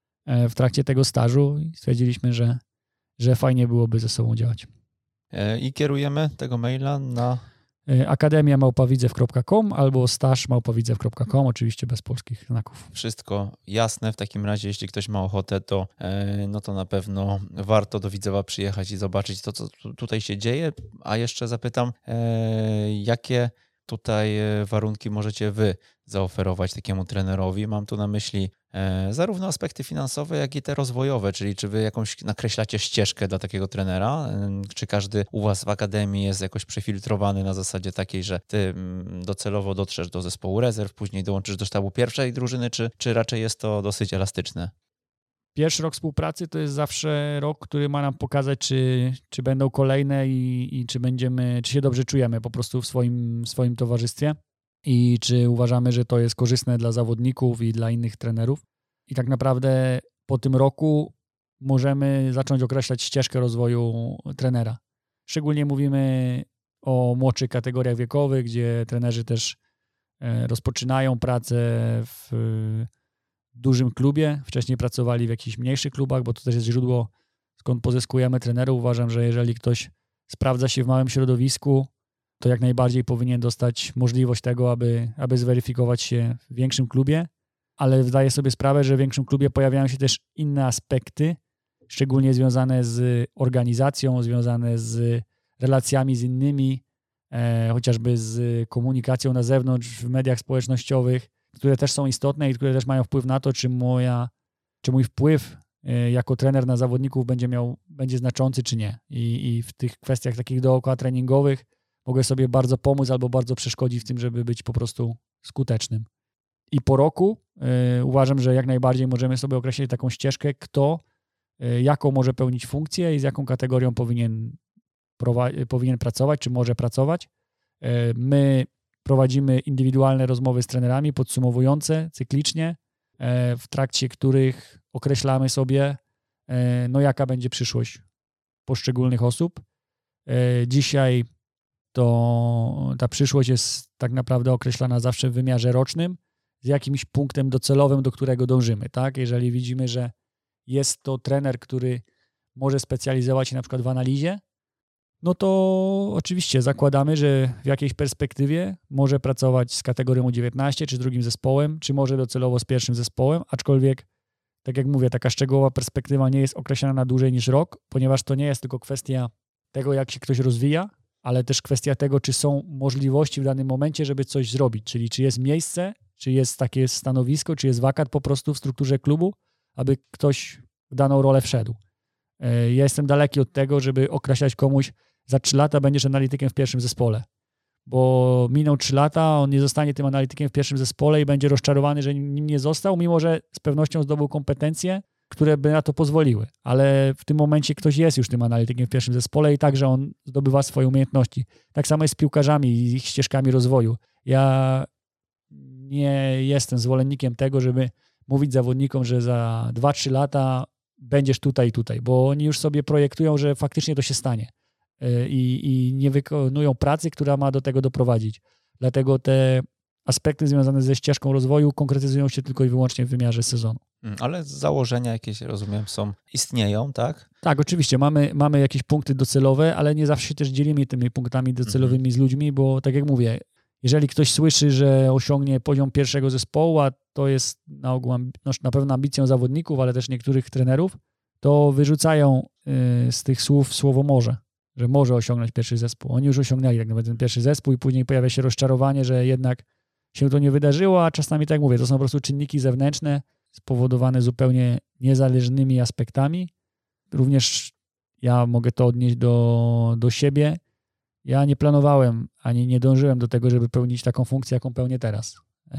w trakcie tego stażu i stwierdziliśmy, że, że fajnie byłoby ze sobą działać. I kierujemy tego maila na akademia małpa widzew kropka com albo staż małpa widzew kropka com, oczywiście bez polskich znaków. Wszystko jasne. W takim razie, jeśli ktoś ma ochotę, to, no to na pewno warto do Widzewa przyjechać i zobaczyć to, co tutaj się dzieje. A jeszcze zapytam, jakie tutaj warunki możecie wy zaoferować takiemu trenerowi? Mam tu na myśli zarówno aspekty finansowe, jak i te rozwojowe, czyli czy wy jakąś nakreślacie ścieżkę dla takiego trenera? Czy każdy u was w Akademii jest jakoś przefiltrowany na zasadzie takiej, że ty docelowo dotrzesz do zespołu rezerw, później dołączysz do sztabu pierwszej drużyny, czy, czy raczej jest to dosyć elastyczne? Pierwszy rok współpracy to jest zawsze rok, który ma nam pokazać, czy, czy będą kolejne i, i czy będziemy, czy się dobrze czujemy po prostu w swoim, w swoim towarzystwie i czy uważamy, że to jest korzystne dla zawodników i dla innych trenerów. I tak naprawdę po tym roku możemy zacząć określać ścieżkę rozwoju trenera. Szczególnie mówimy o młodszych kategoriach wiekowych, gdzie trenerzy też rozpoczynają pracę w dużym klubie. Wcześniej pracowali w jakichś mniejszych klubach, bo to też jest źródło, skąd pozyskujemy trenerów. Uważam, że jeżeli ktoś sprawdza się w małym środowisku, to jak najbardziej powinien dostać możliwość tego, aby, aby zweryfikować się w większym klubie, ale zdaję sobie sprawę, że w większym klubie pojawiają się też inne aspekty, szczególnie związane z organizacją, związane z relacjami z innymi, e, chociażby z komunikacją na zewnątrz, w mediach społecznościowych, które też są istotne i które też mają wpływ na to, czy, moja, czy mój wpływ e, jako trener na zawodników będzie miał, będzie znaczący, czy nie. I, I w tych kwestiach takich dookoła treningowych mogę sobie bardzo pomóc albo bardzo przeszkodzić w tym, żeby być po prostu skutecznym. I po roku y, uważam, że jak najbardziej możemy sobie określić taką ścieżkę, kto, y, jaką może pełnić funkcję i z jaką kategorią powinien, prowa- powinien pracować, czy może pracować. Y, my prowadzimy indywidualne rozmowy z trenerami podsumowujące cyklicznie, y, w trakcie których określamy sobie, y, no jaka będzie przyszłość poszczególnych osób. Y, dzisiaj to ta przyszłość jest tak naprawdę określana zawsze w wymiarze rocznym, z jakimś punktem docelowym, do którego dążymy. Tak? Jeżeli widzimy, że jest to trener, który może specjalizować się na przykład w analizie, no to oczywiście zakładamy, że w jakiejś perspektywie może pracować z kategorią U dziewiętnaście, czy z drugim zespołem, czy może docelowo z pierwszym zespołem, aczkolwiek, tak jak mówię, taka szczegółowa perspektywa nie jest określana na dłużej niż rok, ponieważ to nie jest tylko kwestia tego, jak się ktoś rozwija, ale też kwestia tego, czy są możliwości w danym momencie, żeby coś zrobić, czyli czy jest miejsce, czy jest takie stanowisko, czy jest wakat po prostu w strukturze klubu, aby ktoś w daną rolę wszedł. Ja jestem daleki od tego, żeby określać komuś, za trzy lata będziesz analitykiem w pierwszym zespole, bo miną trzy lata, on nie zostanie tym analitykiem w pierwszym zespole i będzie rozczarowany, że nim nie został, mimo że z pewnością zdobył kompetencje, które by na to pozwoliły, ale w tym momencie ktoś jest już tym analitykiem w pierwszym zespole i także on zdobywa swoje umiejętności. Tak samo jest z piłkarzami i ich ścieżkami rozwoju. Ja nie jestem zwolennikiem tego, żeby mówić zawodnikom, że za dwa trzy lata będziesz tutaj i tutaj, bo oni już sobie projektują, że faktycznie to się stanie i, i nie wykonują pracy, która ma do tego doprowadzić. Dlatego te aspekty związane ze ścieżką rozwoju konkretyzują się tylko i wyłącznie w wymiarze sezonu. Ale założenia jakieś, rozumiem, są, istnieją, tak? Tak, oczywiście. Mamy, mamy jakieś punkty docelowe, ale nie zawsze się też dzielimy tymi punktami docelowymi mhm. z ludźmi, bo tak jak mówię, jeżeli ktoś słyszy, że osiągnie poziom pierwszego zespołu, a to jest na ogół no, na pewno ambicją zawodników, ale też niektórych trenerów, to wyrzucają y, z tych słów słowo może, że może osiągnąć pierwszy zespół. Oni już osiągnęli tak naprawdę ten pierwszy zespół i później pojawia się rozczarowanie, że jednak się to nie wydarzyło, a czasami, tak jak mówię, to są po prostu czynniki zewnętrzne spowodowane zupełnie niezależnymi aspektami. Również ja mogę to odnieść do, do siebie. Ja nie planowałem, ani nie dążyłem do tego, żeby pełnić taką funkcję, jaką pełnię teraz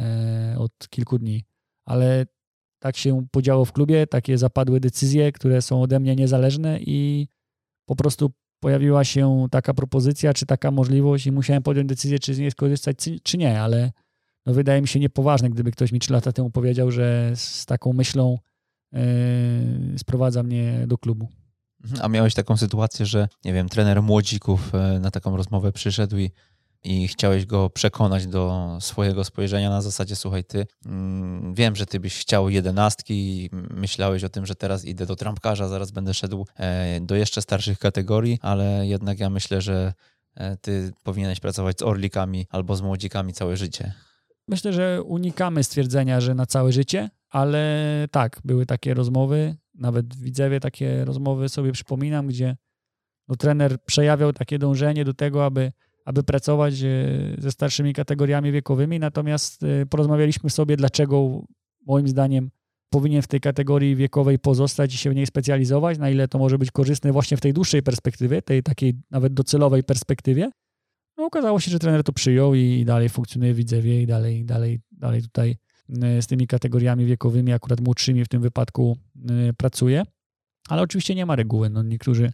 e, od kilku dni. Ale tak się podziało w klubie, takie zapadły decyzje, które są ode mnie niezależne i po prostu pojawiła się taka propozycja, czy taka możliwość i musiałem podjąć decyzję, czy z niej skorzystać, czy nie, ale no wydaje mi się niepoważne, gdyby ktoś mi trzy lata temu powiedział, że z taką myślą yy, sprowadza mnie do klubu. A miałeś taką sytuację, że nie wiem, trener młodzików na taką rozmowę przyszedł i, i chciałeś go przekonać do swojego spojrzenia na zasadzie, słuchaj, ty mm, wiem, że ty byś chciał jedenastki i myślałeś o tym, że teraz idę do trampkarza, zaraz będę szedł e, do jeszcze starszych kategorii, ale jednak ja myślę, że e, ty powinieneś pracować z orlikami albo z młodzikami całe życie. Myślę, że unikamy stwierdzenia, że na całe życie, ale tak, były takie rozmowy, nawet w Widzewie takie rozmowy sobie przypominam, gdzie no, trener przejawiał takie dążenie do tego, aby, aby pracować ze starszymi kategoriami wiekowymi, natomiast porozmawialiśmy sobie, dlaczego moim zdaniem powinien w tej kategorii wiekowej pozostać i się w niej specjalizować, na ile to może być korzystne właśnie w tej dłuższej perspektywie, tej takiej nawet docelowej perspektywie. No, okazało się, że trener to przyjął i dalej funkcjonuje w Widzewie i dalej, dalej, dalej tutaj z tymi kategoriami wiekowymi, akurat młodszymi w tym wypadku pracuje. Ale oczywiście nie ma reguły. No, niektórzy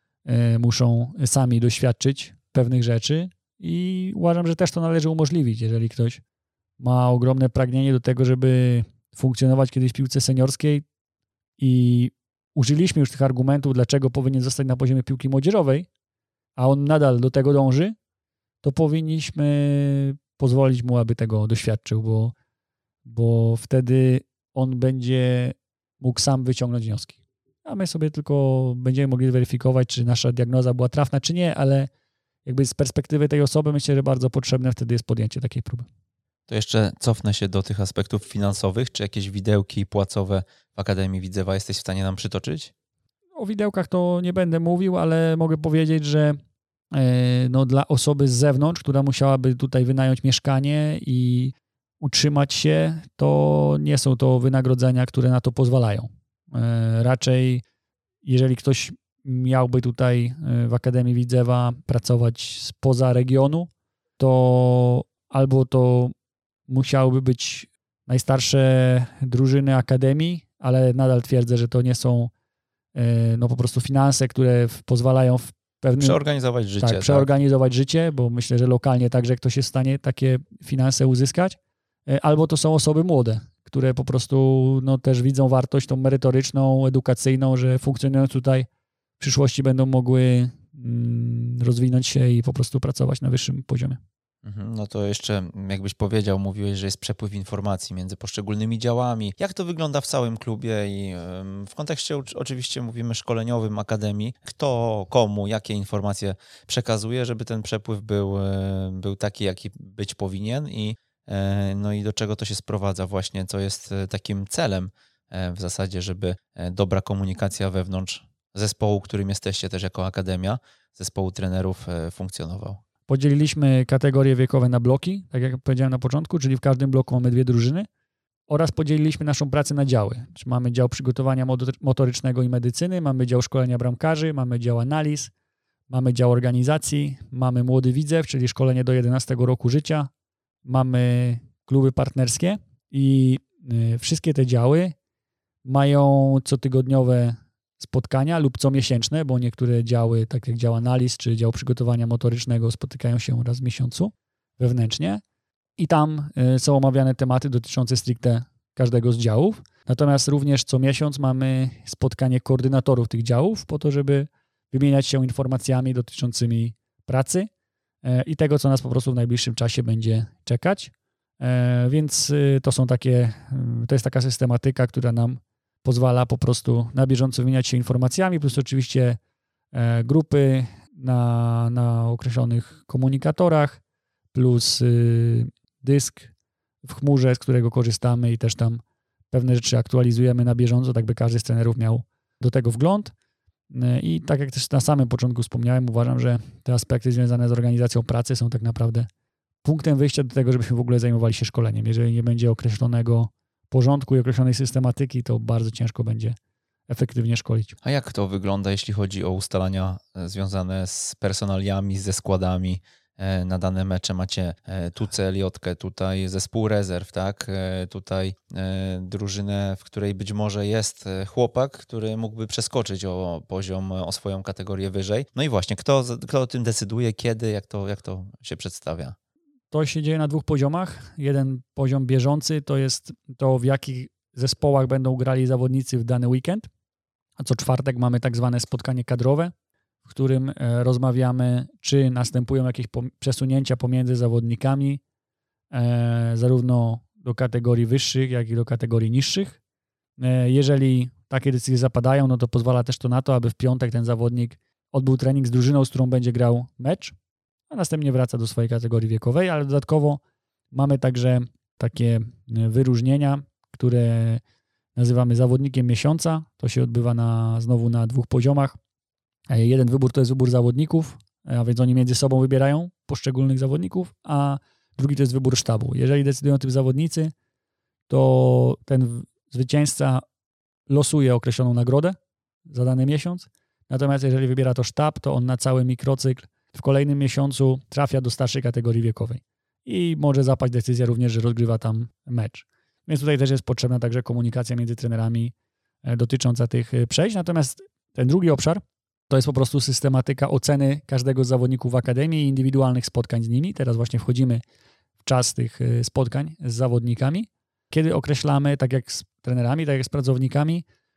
muszą sami doświadczyć pewnych rzeczy i uważam, że też to należy umożliwić. Jeżeli ktoś ma ogromne pragnienie do tego, żeby funkcjonować kiedyś w piłce seniorskiej, i użyliśmy już tych argumentów, dlaczego powinien zostać na poziomie piłki młodzieżowej, a on nadal do tego dąży, to powinniśmy pozwolić mu, aby tego doświadczył, bo, bo wtedy on będzie mógł sam wyciągnąć wnioski. A my sobie tylko będziemy mogli weryfikować, czy nasza diagnoza była trafna, czy nie, ale jakby z perspektywy tej osoby myślę, że bardzo potrzebne wtedy jest podjęcie takiej próby. To jeszcze cofnę się do tych aspektów finansowych. Czy jakieś widełki płacowe w Akademii Widzewa jesteś w stanie nam przytoczyć? O widełkach to nie będę mówił, ale mogę powiedzieć, że no, dla osoby z zewnątrz, która musiałaby tutaj wynająć mieszkanie i utrzymać się, to nie są to wynagrodzenia, które na to pozwalają. Raczej jeżeli ktoś miałby tutaj w Akademii Widzewa pracować spoza regionu, to albo to musiałyby być najstarsze drużyny Akademii, ale nadal twierdzę, że to nie są no, po prostu finanse, które pozwalają w pewnym... Przeorganizować życie. Tak, tak? przeorganizować życie, bo myślę, że lokalnie także ktoś jest w stanie takie finanse uzyskać. Albo to są osoby młode, które po prostu no, też widzą wartość tą merytoryczną, edukacyjną, że funkcjonując tutaj w przyszłości będą mogły mm, rozwinąć się i po prostu pracować na wyższym poziomie. No to jeszcze jakbyś powiedział, mówiłeś, że jest przepływ informacji między poszczególnymi działami. Jak to wygląda w całym klubie i w kontekście oczywiście mówimy szkoleniowym Akademii, kto komu, jakie informacje przekazuje, żeby ten przepływ był, był taki, jaki być powinien i no i do czego to się sprowadza właśnie, co jest takim celem w zasadzie, żeby dobra komunikacja wewnątrz zespołu, którym jesteście też jako Akademia, zespołu trenerów funkcjonował. Podzieliliśmy kategorie wiekowe na bloki, tak jak powiedziałem na początku, czyli w każdym bloku mamy dwie drużyny oraz podzieliliśmy naszą pracę na działy. Czyli mamy dział przygotowania motorycznego i medycyny, mamy dział szkolenia bramkarzy, mamy dział analiz, mamy dział organizacji, mamy młody widzew, czyli szkolenie do jedenastego roku życia, mamy kluby partnerskie i wszystkie te działy mają cotygodniowe spotkania lub comiesięczne, bo niektóre działy, tak jak dział analiz czy dział przygotowania motorycznego, spotykają się raz w miesiącu wewnętrznie i tam są omawiane tematy dotyczące stricte każdego z działów. Natomiast również co miesiąc mamy spotkanie koordynatorów tych działów po to, żeby wymieniać się informacjami dotyczącymi pracy i tego, co nas po prostu w najbliższym czasie będzie czekać. Więc to są takie, to jest taka systematyka, która nam pozwala po prostu na bieżąco wymieniać się informacjami, plus oczywiście grupy na, na określonych komunikatorach, plus dysk w chmurze, z którego korzystamy i też tam pewne rzeczy aktualizujemy na bieżąco, tak by każdy z trenerów miał do tego wgląd. I tak jak też na samym początku wspomniałem, uważam, że te aspekty związane z organizacją pracy są tak naprawdę punktem wyjścia do tego, żebyśmy w ogóle zajmowali się szkoleniem. Jeżeli nie będzie określonego porządku i określonej systematyki, to bardzo ciężko będzie efektywnie szkolić. A jak to wygląda, jeśli chodzi o ustalania związane z personaliami, ze składami na dane mecze? Macie tu C L J-kę, tutaj zespół rezerw, tak? Tutaj drużynę, w której być może jest chłopak, który mógłby przeskoczyć o poziom, o swoją kategorię wyżej. No i właśnie, kto, kto o tym decyduje, kiedy, jak to, jak to się przedstawia? To się dzieje na dwóch poziomach. Jeden poziom bieżący to jest to, w jakich zespołach będą grali zawodnicy w dany weekend. A co czwartek mamy tak zwane spotkanie kadrowe, w którym rozmawiamy, czy następują jakieś przesunięcia pomiędzy zawodnikami, zarówno do kategorii wyższych, jak i do kategorii niższych. Jeżeli takie decyzje zapadają, no to pozwala też to na to, aby w piątek ten zawodnik odbył trening z drużyną, z którą będzie grał mecz, a następnie wraca do swojej kategorii wiekowej, ale dodatkowo mamy także takie wyróżnienia, które nazywamy zawodnikiem miesiąca. To się odbywa na, znowu na dwóch poziomach. Jeden wybór to jest wybór zawodników, a więc oni między sobą wybierają poszczególnych zawodników, a drugi to jest wybór sztabu. Jeżeli decydują o tym zawodnicy, to ten zwycięzca losuje określoną nagrodę za dany miesiąc. Natomiast jeżeli wybiera to sztab, to on na cały mikrocykl w kolejnym miesiącu trafia do starszej kategorii wiekowej i może zapaść decyzja również, że rozgrywa tam mecz. Więc tutaj też jest potrzebna także komunikacja między trenerami dotycząca tych przejść. Natomiast ten drugi obszar to jest po prostu systematyka oceny każdego z zawodników w Akademii i indywidualnych spotkań z nimi. Teraz właśnie wchodzimy w czas tych spotkań z zawodnikami, kiedy określamy, tak jak z trenerami, tak jak z pracownikami,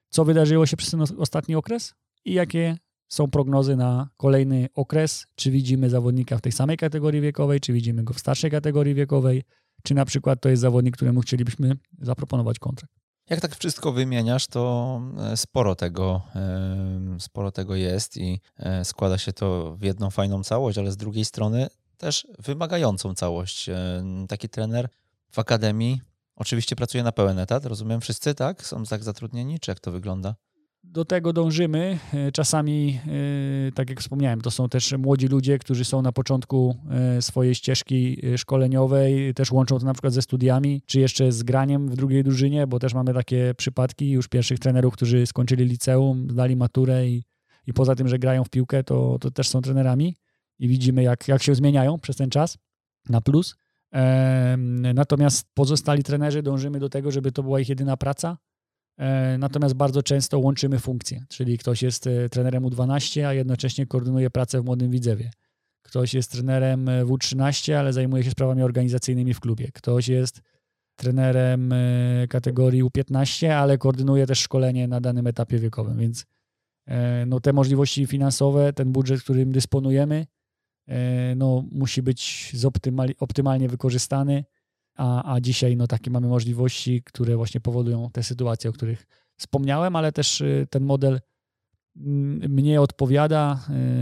co wydarzyło się przez ten ostatni okres i jakie są prognozy na kolejny okres, czy widzimy zawodnika w tej samej kategorii wiekowej, czy widzimy go w starszej kategorii wiekowej, czy na przykład to jest zawodnik, któremu chcielibyśmy zaproponować kontrakt. Jak tak wszystko wymieniasz, to sporo tego, sporo tego jest i składa się to w jedną fajną całość, ale z drugiej strony też wymagającą całość. Taki trener w akademii oczywiście pracuje na pełen etat, rozumiem, wszyscy tak? Są tak zatrudnieni, czy jak to wygląda? Do tego dążymy. Czasami, tak jak wspomniałem, to są też młodzi ludzie, którzy są na początku swojej ścieżki szkoleniowej, też łączą to na przykład ze studiami, czy jeszcze z graniem w drugiej drużynie, bo też mamy takie przypadki już pierwszych trenerów, którzy skończyli liceum, zdali maturę i, i poza tym, że grają w piłkę, to, to też są trenerami i widzimy, jak, jak się zmieniają przez ten czas na plus. Natomiast pozostali trenerzy dążymy do tego, żeby to była ich jedyna praca. Natomiast bardzo często łączymy funkcje, czyli ktoś jest trenerem U dwanaście, a jednocześnie koordynuje pracę w Młodym Widzewie. Ktoś jest trenerem W trzynaście, ale zajmuje się sprawami organizacyjnymi w klubie. Ktoś jest trenerem kategorii U piętnaście, ale koordynuje też szkolenie na danym etapie wiekowym, więc no, te możliwości finansowe, ten budżet, którym dysponujemy, no, musi być zoptymal, optymalnie wykorzystany. A, a dzisiaj no, takie mamy możliwości, które właśnie powodują te sytuacje, o których wspomniałem, ale też ten model mnie odpowiada.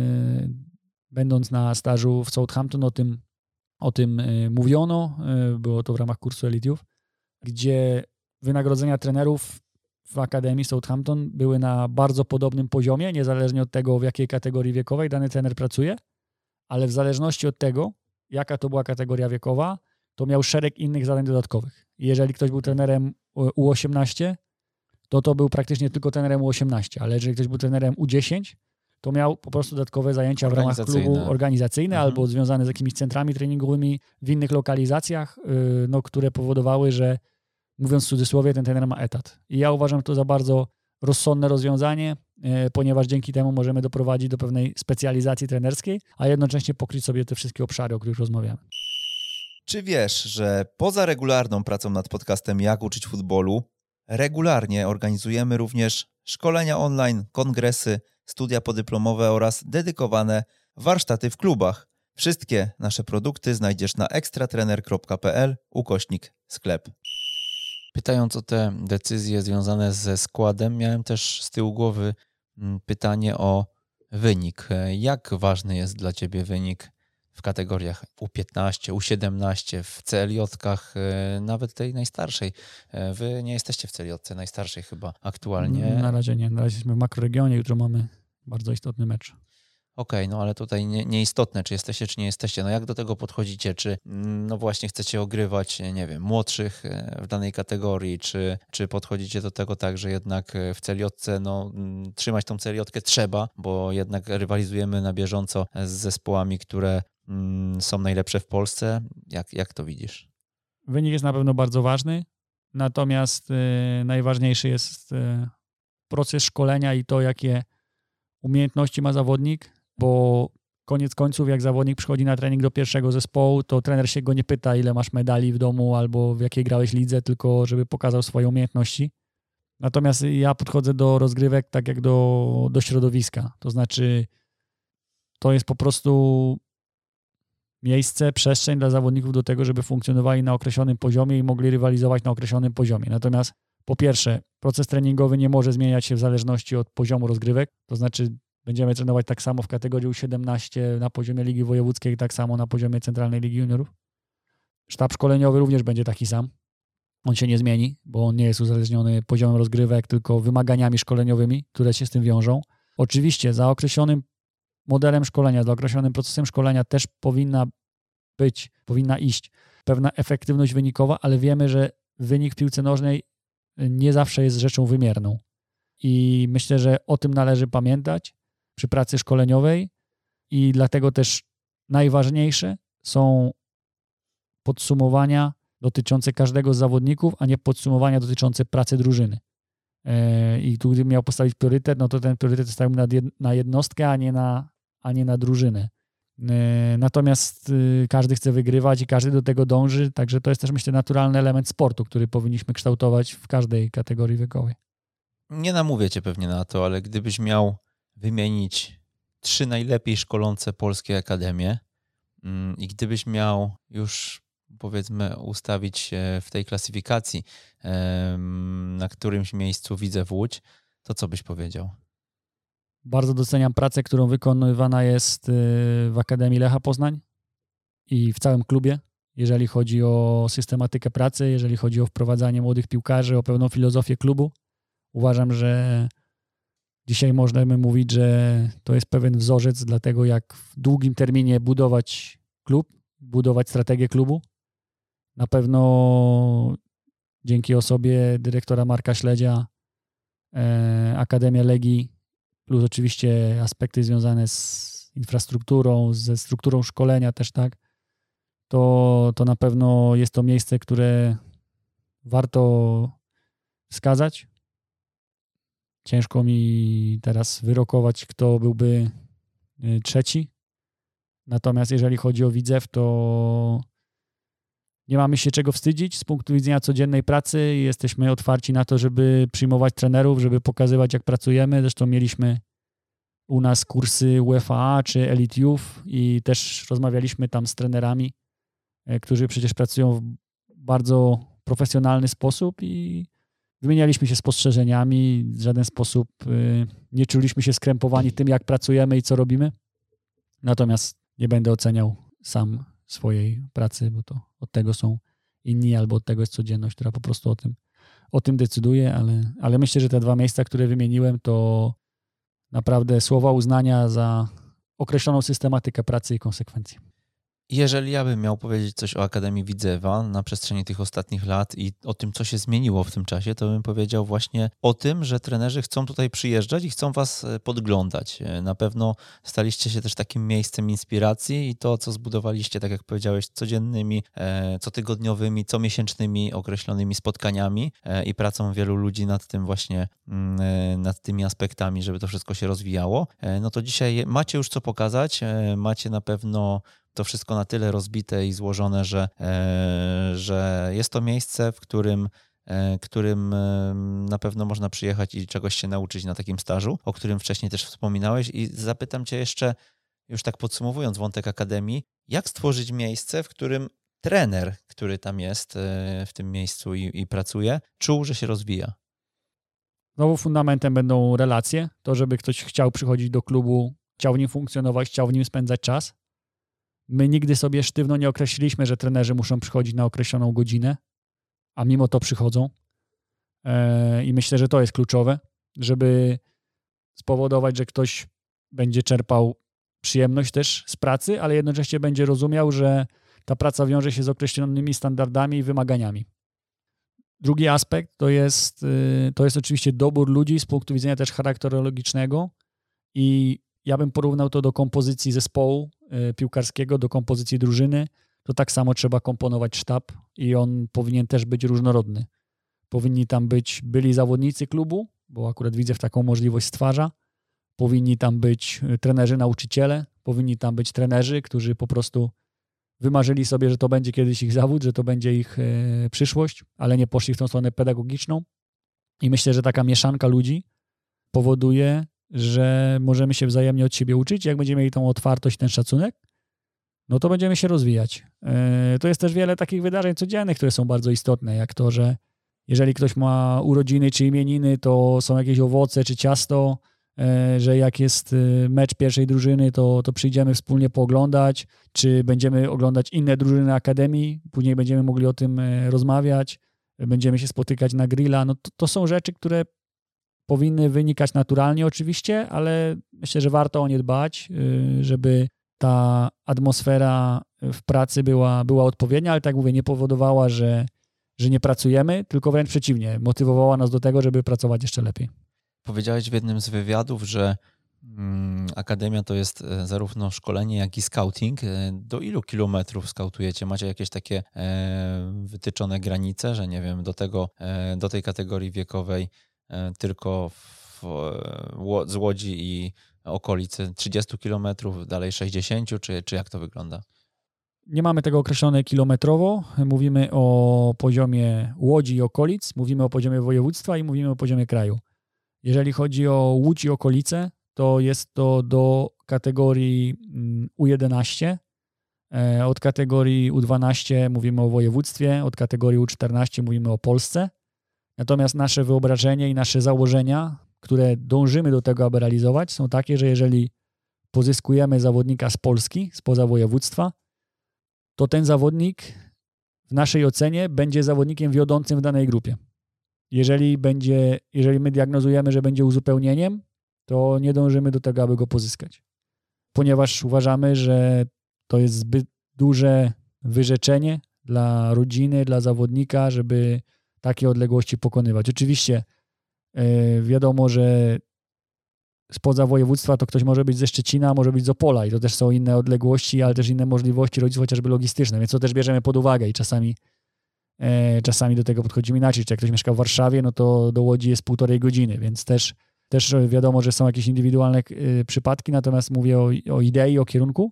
Będąc na stażu w Southampton, o tym, o tym mówiono, było to w ramach kursu Elite Youth, gdzie wynagrodzenia trenerów w Akademii Southampton były na bardzo podobnym poziomie, niezależnie od tego, w jakiej kategorii wiekowej dany trener pracuje, ale w zależności od tego, jaka to była kategoria wiekowa, to miał szereg innych zadań dodatkowych. Jeżeli ktoś był trenerem U osiemnaście, to to był praktycznie tylko trenerem U osiemnaście, ale jeżeli ktoś był trenerem U dziesięć, to miał po prostu dodatkowe zajęcia w ramach klubu organizacyjne mhm. albo związane z jakimiś centrami treningowymi w innych lokalizacjach, no, które powodowały, że mówiąc w cudzysłowie, ten trener ma etat. I ja uważam to za bardzo rozsądne rozwiązanie, ponieważ dzięki temu możemy doprowadzić do pewnej specjalizacji trenerskiej, a jednocześnie pokryć sobie te wszystkie obszary, o których rozmawiamy. Czy wiesz, że poza regularną pracą nad podcastem Jak uczyć futbolu, regularnie organizujemy również szkolenia online, kongresy, studia podyplomowe oraz dedykowane warsztaty w klubach. Wszystkie nasze produkty znajdziesz na ekstratrener kropka p l ukośnik sklep. Pytając o te decyzje związane ze składem, miałem też z tyłu głowy pytanie o wynik. Jak ważny jest dla Ciebie wynik w kategoriach U piętnaście, U siedemnaście, w C L J-kach, nawet tej najstarszej? Wy nie jesteście w C L J-ce najstarszej chyba aktualnie. Na razie nie, na razie jesteśmy w makroregionie, jutro mamy bardzo istotny mecz. Okej, okay, no ale tutaj nie, nieistotne, czy jesteście, czy nie jesteście. No jak do tego podchodzicie? Czy no właśnie chcecie ogrywać, nie wiem, młodszych w danej kategorii, czy, czy podchodzicie do tego tak, że jednak w C L J-ce no, trzymać tą C L J-kę trzeba, bo jednak rywalizujemy na bieżąco z zespołami, które mm, są najlepsze w Polsce. Jak, jak to widzisz? Wynik jest na pewno bardzo ważny, natomiast y, najważniejszy jest y, proces szkolenia i to, jakie umiejętności ma zawodnik, bo koniec końców, jak zawodnik przychodzi na trening do pierwszego zespołu, to trener się go nie pyta, ile masz medali w domu albo w jakiej grałeś lidze, tylko żeby pokazał swoje umiejętności. Natomiast ja podchodzę do rozgrywek tak jak do, do środowiska. To znaczy to jest po prostu miejsce, przestrzeń dla zawodników do tego, żeby funkcjonowali na określonym poziomie i mogli rywalizować na określonym poziomie. Natomiast po pierwsze, proces treningowy nie może zmieniać się w zależności od poziomu rozgrywek, to znaczy będziemy trenować tak samo w kategorii U siedemnaście na poziomie Ligi Wojewódzkiej, tak samo na poziomie Centralnej Ligi Juniorów. Sztab szkoleniowy również będzie taki sam. On się nie zmieni, bo on nie jest uzależniony poziomem rozgrywek, tylko wymaganiami szkoleniowymi, które się z tym wiążą. Oczywiście za określonym modelem szkolenia, za określonym procesem szkolenia też powinna być, powinna iść pewna efektywność wynikowa, ale wiemy, że wynik w piłce nożnej nie zawsze jest rzeczą wymierną. I myślę, że o tym należy pamiętać przy pracy szkoleniowej i dlatego też najważniejsze są podsumowania dotyczące każdego z zawodników, a nie podsumowania dotyczące pracy drużyny. I tu gdybym miał postawić priorytet, no to ten priorytet stawiam na jednostkę, a nie na, a nie na drużynę. Natomiast każdy chce wygrywać i każdy do tego dąży, także to jest też, myślę, naturalny element sportu, który powinniśmy kształtować w każdej kategorii wiekowej. Nie namówię cię pewnie na to, ale gdybyś miał wymienić trzy najlepiej szkolące polskie akademie mm, i gdybyś miał już powiedzmy ustawić się w tej klasyfikacji, em, na którymś miejscu widzę w Łódź, to co byś powiedział? Bardzo doceniam pracę, którą wykonywana jest y, w Akademii Lecha Poznań i w całym klubie, jeżeli chodzi o systematykę pracy, jeżeli chodzi o wprowadzanie młodych piłkarzy, o pewną filozofię klubu. Uważam, że dzisiaj możemy mówić, że to jest pewien wzorzec dla tego, jak w długim terminie budować klub, budować strategię klubu. Na pewno dzięki osobie dyrektora Marka Śledzia e, Akademia Legii, plus oczywiście aspekty związane z infrastrukturą, ze strukturą szkolenia też, tak, to, to na pewno jest to miejsce, które warto wskazać. Ciężko mi teraz wyrokować, kto byłby trzeci. Natomiast jeżeli chodzi o Widzew, to nie mamy się czego wstydzić z punktu widzenia codziennej pracy. Jesteśmy otwarci na to, żeby przyjmować trenerów, żeby pokazywać, jak pracujemy. Zresztą mieliśmy u nas kursy U E F A czy Elite Youth i też rozmawialiśmy tam z trenerami, którzy przecież pracują w bardzo profesjonalny sposób i wymienialiśmy się spostrzeżeniami. W żaden sposób nie czuliśmy się skrępowani tym, jak pracujemy i co robimy. Natomiast nie będę oceniał sam swojej pracy, bo to od tego są inni, albo od tego jest codzienność, która po prostu o tym, o tym decyduje, ale, ale myślę, że te dwa miejsca, które wymieniłem, to naprawdę słowa uznania za określoną systematykę pracy i konsekwencje. Jeżeli ja bym miał powiedzieć coś o Akademii Widzewa na przestrzeni tych ostatnich lat i o tym, co się zmieniło w tym czasie, to bym powiedział właśnie o tym, że trenerzy chcą tutaj przyjeżdżać i chcą was podglądać. Na pewno staliście się też takim miejscem inspiracji i to, co zbudowaliście, tak jak powiedziałeś, codziennymi, cotygodniowymi, comiesięcznymi określonymi spotkaniami i pracą wielu ludzi nad tym właśnie, nad tymi aspektami, żeby to wszystko się rozwijało, no to dzisiaj macie już co pokazać, macie na pewno to wszystko na tyle rozbite i złożone, że, e, że jest to miejsce, w którym, e, którym e, na pewno można przyjechać i czegoś się nauczyć na takim stażu, o którym wcześniej też wspominałeś. I zapytam cię jeszcze, już tak podsumowując wątek Akademii, jak stworzyć miejsce, w którym trener, który tam jest e, w tym miejscu i, i pracuje, czuł, że się rozwija? Znowu fundamentem będą relacje. To, żeby ktoś chciał przychodzić do klubu, chciał w nim funkcjonować, chciał w nim spędzać czas. My nigdy sobie sztywno nie określiliśmy, że trenerzy muszą przychodzić na określoną godzinę, a mimo to przychodzą. I myślę, że to jest kluczowe, żeby spowodować, że ktoś będzie czerpał przyjemność też z pracy, ale jednocześnie będzie rozumiał, że ta praca wiąże się z określonymi standardami i wymaganiami. Drugi aspekt to jest, to jest oczywiście dobór ludzi z punktu widzenia też charakterologicznego i ja bym porównał to do kompozycji zespołu piłkarskiego, do kompozycji drużyny. To tak samo trzeba komponować sztab i on powinien też być różnorodny. Powinni tam być byli zawodnicy klubu, bo akurat widzę w taką możliwość stwarza. Powinni tam być trenerzy, nauczyciele. Powinni tam być trenerzy, którzy po prostu wymarzyli sobie, że to będzie kiedyś ich zawód, że to będzie ich e, przyszłość, ale nie poszli w tą stronę pedagogiczną. I myślę, że taka mieszanka ludzi powoduje, że możemy się wzajemnie od siebie uczyć. Jak będziemy mieli tą otwartość, ten szacunek, no to będziemy się rozwijać. E, to jest też wiele takich wydarzeń codziennych, które są bardzo istotne, jak to, że jeżeli ktoś ma urodziny czy imieniny, to są jakieś owoce czy ciasto, że jak jest mecz pierwszej drużyny, to, to przyjdziemy wspólnie pooglądać, czy będziemy oglądać inne drużyny Akademii, później będziemy mogli o tym rozmawiać, będziemy się spotykać na grilla. No to, to są rzeczy, które powinny wynikać naturalnie oczywiście, ale myślę, że warto o nie dbać, żeby ta atmosfera w pracy była, była odpowiednia, ale tak jak mówię, nie powodowała, że, że nie pracujemy, tylko wręcz przeciwnie, motywowała nas do tego, żeby pracować jeszcze lepiej. Powiedziałeś w jednym z wywiadów, że mm, Akademia to jest zarówno szkolenie, jak i scouting. Do ilu kilometrów skautujecie? Macie jakieś takie e, wytyczone granice, że nie wiem, do tego, e, do tej kategorii wiekowej e, tylko w, w, z Łodzi i okolicy trzydzieści kilometrów, dalej sześćdziesiąt, czy, czy jak to wygląda? Nie mamy tego określone kilometrowo. Mówimy o poziomie Łodzi i okolic, mówimy o poziomie województwa i mówimy o poziomie kraju. Jeżeli chodzi o Łódź i okolice, to jest to do kategorii U jedenaście. Od kategorii U dwanaście mówimy o województwie, od kategorii U czternaście mówimy o Polsce. Natomiast nasze wyobrażenie i nasze założenia, które dążymy do tego, aby realizować, są takie, że jeżeli pozyskujemy zawodnika z Polski, spoza województwa, to ten zawodnik w naszej ocenie będzie zawodnikiem wiodącym w danej grupie. Jeżeli będzie, jeżeli my diagnozujemy, że będzie uzupełnieniem, to nie dążymy do tego, aby go pozyskać. Ponieważ uważamy, że to jest zbyt duże wyrzeczenie dla rodziny, dla zawodnika, żeby takie odległości pokonywać. Oczywiście yy, wiadomo, że spoza województwa to ktoś może być ze Szczecina, może być z Opola i to też są inne odległości, ale też inne możliwości rodziców, chociażby logistyczne, więc to też bierzemy pod uwagę i czasami, e, czasami do tego podchodzimy inaczej. Czy jak ktoś mieszka w Warszawie, no to do Łodzi jest półtorej godziny, więc też, też wiadomo, że są jakieś indywidualne e, przypadki, natomiast mówię o, o idei, o kierunku.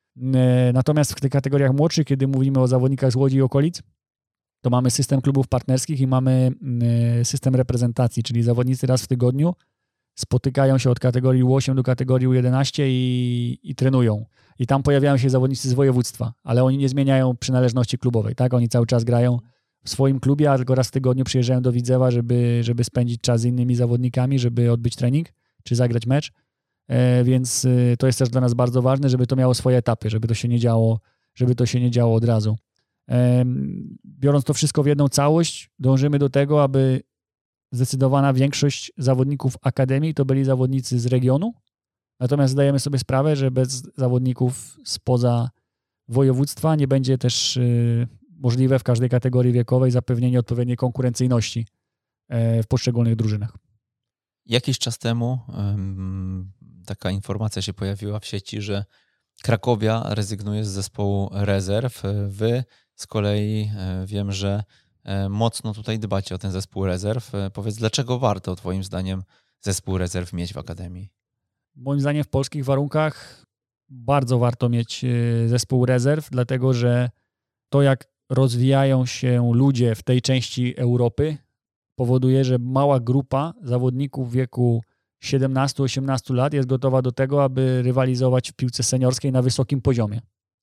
E, natomiast w tych kategoriach młodszych, kiedy mówimy o zawodnikach z Łodzi i okolic, to mamy system klubów partnerskich i mamy e, system reprezentacji, czyli zawodnicy raz w tygodniu spotykają się od kategorii U osiem do kategorii U jedenaście i, i trenują. I tam pojawiają się zawodnicy z województwa, ale oni nie zmieniają przynależności klubowej, tak? Oni cały czas grają w swoim klubie, a tylko raz w tygodniu przyjeżdżają do Widzewa, żeby, żeby spędzić czas z innymi zawodnikami, żeby odbyć trening, czy zagrać mecz. E, więc e, to jest też dla nas bardzo ważne, żeby to miało swoje etapy, żeby to się nie działo, żeby to się nie działo od razu. E, biorąc to wszystko w jedną całość, dążymy do tego, aby zdecydowana większość zawodników akademii to byli zawodnicy z regionu, natomiast zdajemy sobie sprawę, że bez zawodników spoza województwa nie będzie też y, możliwe w każdej kategorii wiekowej zapewnienie odpowiedniej konkurencyjności y, w poszczególnych drużynach. Jakiś czas temu um, taka informacja się pojawiła w sieci, że Krakowia rezygnuje z zespołu rezerw. Wy z kolei y, wiem, że mocno tutaj dbacie o ten zespół rezerw. Powiedz, dlaczego warto twoim zdaniem zespół rezerw mieć w Akademii? Moim zdaniem w polskich warunkach bardzo warto mieć zespół rezerw, dlatego że to, jak rozwijają się ludzie w tej części Europy, powoduje, że mała grupa zawodników w wieku siedemnastu osiemnastu lat jest gotowa do tego, aby rywalizować w piłce seniorskiej na wysokim poziomie.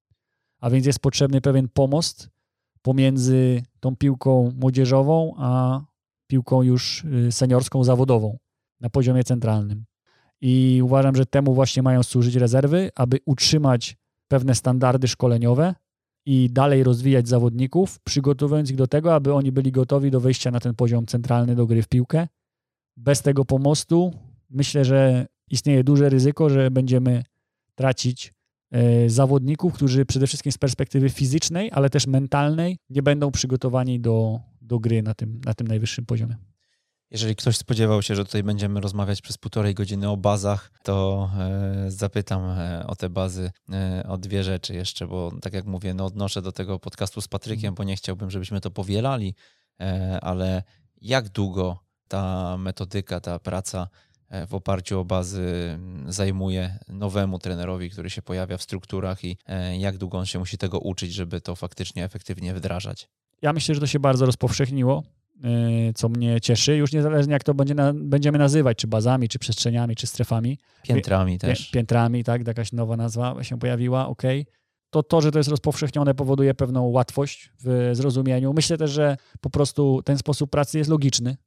A więc jest potrzebny pewien pomost pomiędzy tą piłką młodzieżową, a piłką już seniorską, zawodową na poziomie centralnym. I uważam, że temu właśnie mają służyć rezerwy, aby utrzymać pewne standardy szkoleniowe i dalej rozwijać zawodników, przygotowując ich do tego, aby oni byli gotowi do wejścia na ten poziom centralny do gry w piłkę. Bez tego pomostu myślę, że istnieje duże ryzyko, że będziemy tracić zawodników, którzy przede wszystkim z perspektywy fizycznej, ale też mentalnej nie będą przygotowani do, do gry na tym, na tym najwyższym poziomie. Jeżeli ktoś spodziewał się, że tutaj będziemy rozmawiać przez półtorej godziny o bazach, to e, zapytam e, o te bazy, e, o dwie rzeczy jeszcze, bo tak jak mówię, no odnoszę do tego podcastu z Patrykiem, bo nie chciałbym, żebyśmy to powielali, e, ale jak długo ta metodyka, ta praca w oparciu o bazy zajmuje nowemu trenerowi, który się pojawia w strukturach i jak długo on się musi tego uczyć, żeby to faktycznie efektywnie wdrażać? Ja myślę, że to się bardzo rozpowszechniło, co mnie cieszy. Już niezależnie jak to będzie na, będziemy nazywać, czy bazami, czy przestrzeniami, czy strefami. Piętrami też. Piętrami, tak, jakaś nowa nazwa się pojawiła, okej. Okay. To to, że to jest rozpowszechnione, powoduje pewną łatwość w zrozumieniu. Myślę też, że po prostu ten sposób pracy jest logiczny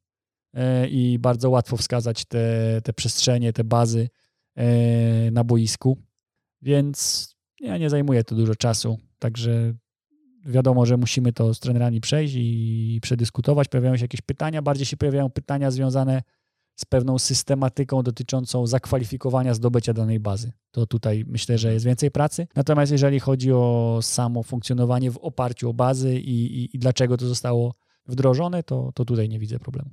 i bardzo łatwo wskazać te, te przestrzenie, te bazy na boisku, więc ja nie zajmuje to dużo czasu, także wiadomo, że musimy to z trenerami przejść i przedyskutować. Pojawiają się jakieś pytania, bardziej się pojawiają pytania związane z pewną systematyką dotyczącą zakwalifikowania zdobycia danej bazy. To tutaj myślę, że jest więcej pracy. Natomiast jeżeli chodzi o samo funkcjonowanie w oparciu o bazy i, i, i dlaczego to zostało wdrożone, to, to tutaj nie widzę problemu.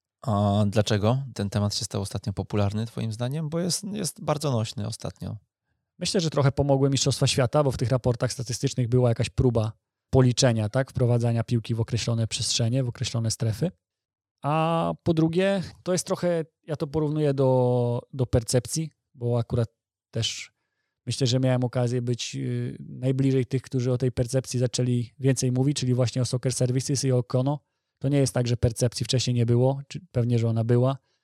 A dlaczego ten temat się stał ostatnio popularny twoim zdaniem? Bo jest, jest bardzo nośny ostatnio. Myślę, że trochę pomogły Mistrzostwa Świata, bo w tych raportach statystycznych była jakaś próba policzenia, tak, wprowadzania piłki w określone przestrzenie, w określone strefy. A po drugie, to jest trochę, ja to porównuję do, do percepcji, bo akurat też myślę, że miałem okazję być najbliżej tych, którzy o tej percepcji zaczęli więcej mówić, czyli właśnie o Soccer Services i o Kono. To nie jest tak, że percepcji wcześniej nie było, czy pewnie, że ona była.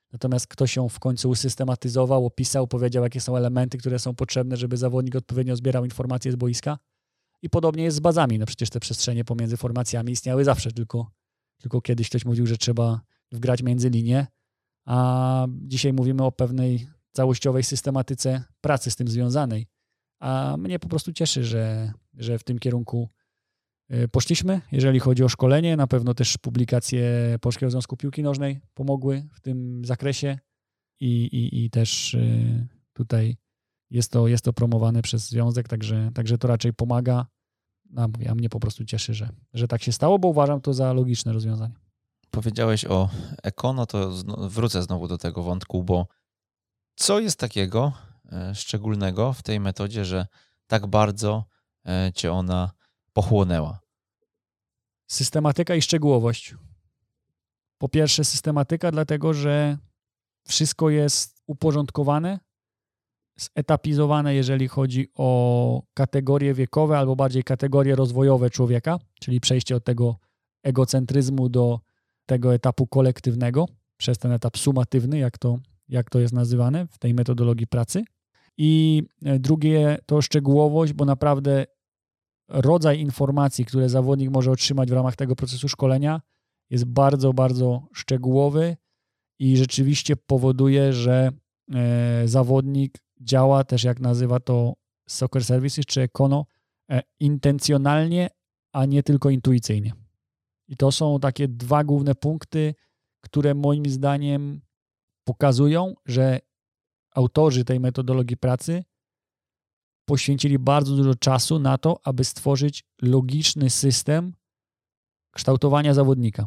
Natomiast ktoś ją w końcu usystematyzował, opisał, powiedział, jakie są elementy, które są potrzebne, żeby zawodnik odpowiednio zbierał informacje z boiska. I podobnie jest z bazami. No przecież te przestrzenie pomiędzy formacjami istniały zawsze, tylko, tylko kiedyś ktoś mówił, że trzeba wgrać między linie, a dzisiaj mówimy o pewnej całościowej systematyce pracy z tym związanej. A mnie po prostu cieszy, że, że w tym kierunku poszliśmy. Jeżeli chodzi o szkolenie, na pewno też publikacje Polskiego Związku Piłki Nożnej pomogły w tym zakresie i, i, i też tutaj jest to, jest to promowane przez związek, także, także to raczej pomaga. A, mówię, a mnie po prostu cieszy, że, że tak się stało, bo uważam to za logiczne rozwiązanie. Powiedziałeś o Ekono, to wrócę znowu do tego wątku, bo co jest takiego szczególnego w tej metodzie, że tak bardzo cię ona pochłonęła? Systematyka i szczegółowość. Po pierwsze systematyka, dlatego że wszystko jest uporządkowane, zetapizowane, jeżeli chodzi o kategorie wiekowe albo bardziej kategorie rozwojowe człowieka, czyli przejście od tego egocentryzmu do tego etapu kolektywnego, przez ten etap sumatywny, jak to, jak to jest nazywane w tej metodologii pracy. I drugie to szczegółowość, bo naprawdę rodzaj informacji, które zawodnik może otrzymać w ramach tego procesu szkolenia, jest bardzo, bardzo szczegółowy i rzeczywiście powoduje, że e, zawodnik działa też, jak nazywa to Soccer Services czy Ekono, e, intencjonalnie, a nie tylko intuicyjnie. I to są takie dwa główne punkty, które moim zdaniem pokazują, że autorzy tej metodologii pracy poświęcili bardzo dużo czasu na to, aby stworzyć logiczny system kształtowania zawodnika.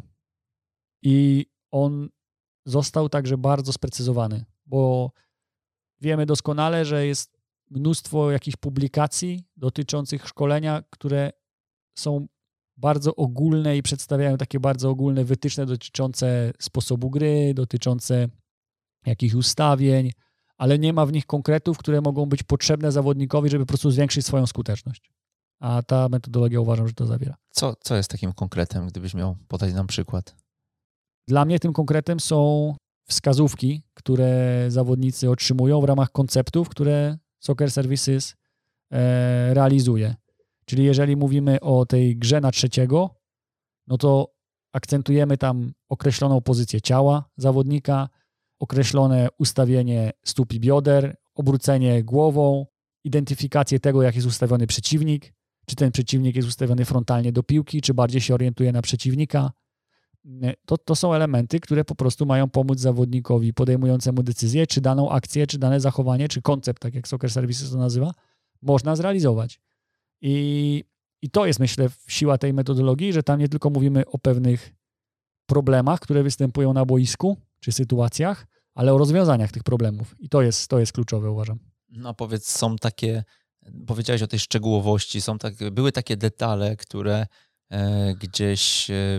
I on został także bardzo sprecyzowany, bo wiemy doskonale, że jest mnóstwo jakichś publikacji dotyczących szkolenia, które są bardzo ogólne i przedstawiają takie bardzo ogólne wytyczne dotyczące sposobu gry, dotyczące jakichś ustawień, ale nie ma w nich konkretów, które mogą być potrzebne zawodnikowi, żeby po prostu zwiększyć swoją skuteczność. A ta metodologia uważam, że to zawiera. Co, co jest takim konkretem, gdybyś miał podać nam przykład? Dla mnie tym konkretem są wskazówki, które zawodnicy otrzymują w ramach konceptów, które Soccer Services e, realizuje. Czyli jeżeli mówimy o tej grze na trzeciego, no to akcentujemy tam określoną pozycję ciała zawodnika, określone ustawienie stóp i bioder, obrócenie głową, identyfikację tego, jak jest ustawiony przeciwnik, czy ten przeciwnik jest ustawiony frontalnie do piłki, czy bardziej się orientuje na przeciwnika. To, to są elementy, które po prostu mają pomóc zawodnikowi podejmującemu decyzję, czy daną akcję, czy dane zachowanie, czy koncept, tak jak Soccer Services to nazywa, można zrealizować. I, i to jest, myślę, siła tej metodologii, że tam nie tylko mówimy o pewnych problemach, które występują na boisku, czy sytuacjach, ale o rozwiązaniach tych problemów. I to jest, to jest kluczowe, uważam. No powiedz, są takie, powiedziałeś o tej szczegółowości, są tak, były takie detale, które e, gdzieś e,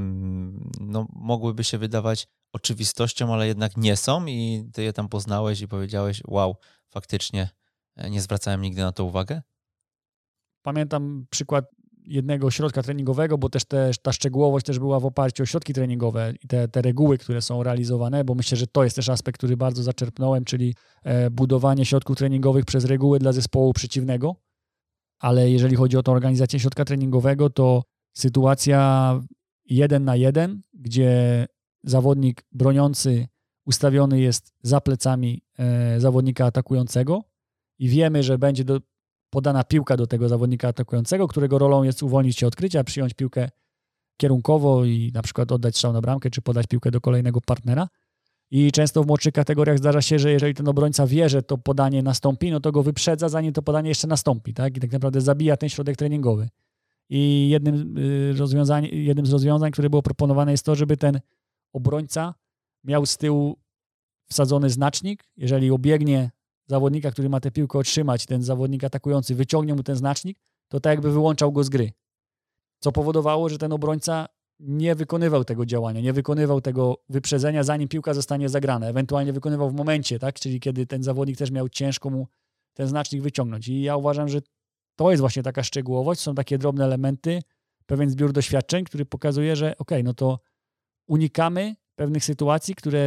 no, mogłyby się wydawać oczywistością, ale jednak nie są i ty je tam poznałeś i powiedziałeś, wow, faktycznie nie zwracałem nigdy na to uwagę? Pamiętam przykład jednego ośrodka treningowego, bo też te, ta szczegółowość też była w oparciu o środki treningowe i te, te reguły, które są realizowane, bo myślę, że to jest też aspekt, który bardzo zaczerpnąłem, czyli e, budowanie środków treningowych przez reguły dla zespołu przeciwnego. Ale jeżeli chodzi o tę organizację środka treningowego, to sytuacja jeden na jeden, gdzie zawodnik broniący ustawiony jest za plecami e, zawodnika atakującego i wiemy, że będzie do podana piłka do tego zawodnika atakującego, którego rolą jest uwolnić się od krycia, przyjąć piłkę kierunkowo i na przykład oddać strzał na bramkę, czy podać piłkę do kolejnego partnera. I często w młodszych kategoriach zdarza się, że jeżeli ten obrońca wie, że to podanie nastąpi, no to go wyprzedza, zanim to podanie jeszcze nastąpi, tak? I tak naprawdę zabija ten środek treningowy. I jednym, rozwiązań, jednym z rozwiązań, które było proponowane, jest to, żeby ten obrońca miał z tyłu wsadzony znacznik. Jeżeli obiegnie zawodnika, który ma tę piłkę otrzymać, ten zawodnik atakujący wyciągnie mu ten znacznik, to tak jakby wyłączał go z gry. Co powodowało, że ten obrońca nie wykonywał tego działania, nie wykonywał tego wyprzedzenia, zanim piłka zostanie zagrana. Ewentualnie wykonywał w momencie, tak? Czyli kiedy ten zawodnik też miał ciężko mu ten znacznik wyciągnąć. I ja uważam, że to jest właśnie taka szczegółowość, są takie drobne elementy, pewien zbiór doświadczeń, który pokazuje, że okej, okay, no to unikamy pewnych sytuacji, które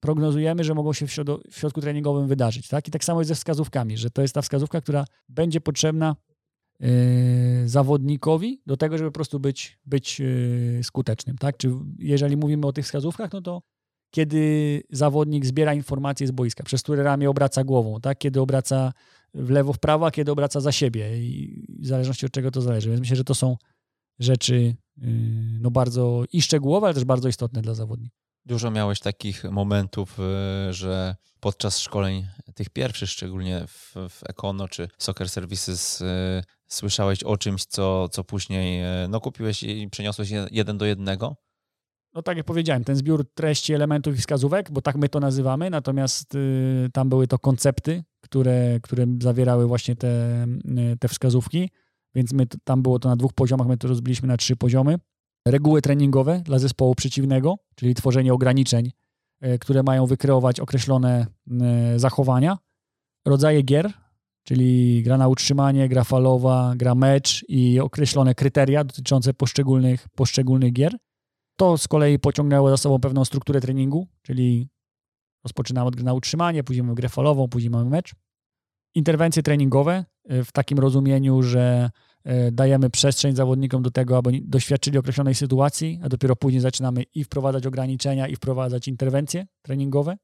prognozujemy, że mogą się w, środo, w środku treningowym wydarzyć. Tak? I tak samo jest ze wskazówkami, że to jest ta wskazówka, która będzie potrzebna yy, zawodnikowi do tego, żeby po prostu być, być yy, skutecznym. Tak? Czy jeżeli mówimy o tych wskazówkach, no to kiedy zawodnik zbiera informacje z boiska, przez które ramię obraca głową, tak? Kiedy obraca w lewo, w prawo, a kiedy obraca za siebie i w zależności od czego to zależy. Więc myślę, że to są rzeczy yy, no bardzo i szczegółowe, ale też bardzo istotne dla zawodników. Dużo miałeś takich momentów, że podczas szkoleń tych pierwszych, szczególnie w, w Econo czy Soccer Services, słyszałeś o czymś, co, co później no, kupiłeś i przeniosłeś jeden do jednego? No tak jak powiedziałem, ten zbiór treści, elementów i wskazówek, bo tak my to nazywamy, natomiast y, tam były to koncepty, które, które zawierały właśnie te, y, te wskazówki, więc my to, tam było to na dwóch poziomach, my to rozbiliśmy na trzy poziomy. Reguły treningowe dla zespołu przeciwnego, czyli tworzenie ograniczeń, y, które mają wykreować określone y, zachowania. Rodzaje gier, czyli gra na utrzymanie, gra falowa, gra mecz i określone kryteria dotyczące poszczególnych, poszczególnych gier. To z kolei pociągnęło za sobą pewną strukturę treningu, czyli rozpoczynamy od gry na utrzymanie, później mamy grę falową, później mamy mecz. Interwencje treningowe w takim rozumieniu, że dajemy przestrzeń zawodnikom do tego, aby doświadczyli określonej sytuacji, a dopiero później zaczynamy i wprowadzać ograniczenia, i wprowadzać interwencje treningowe.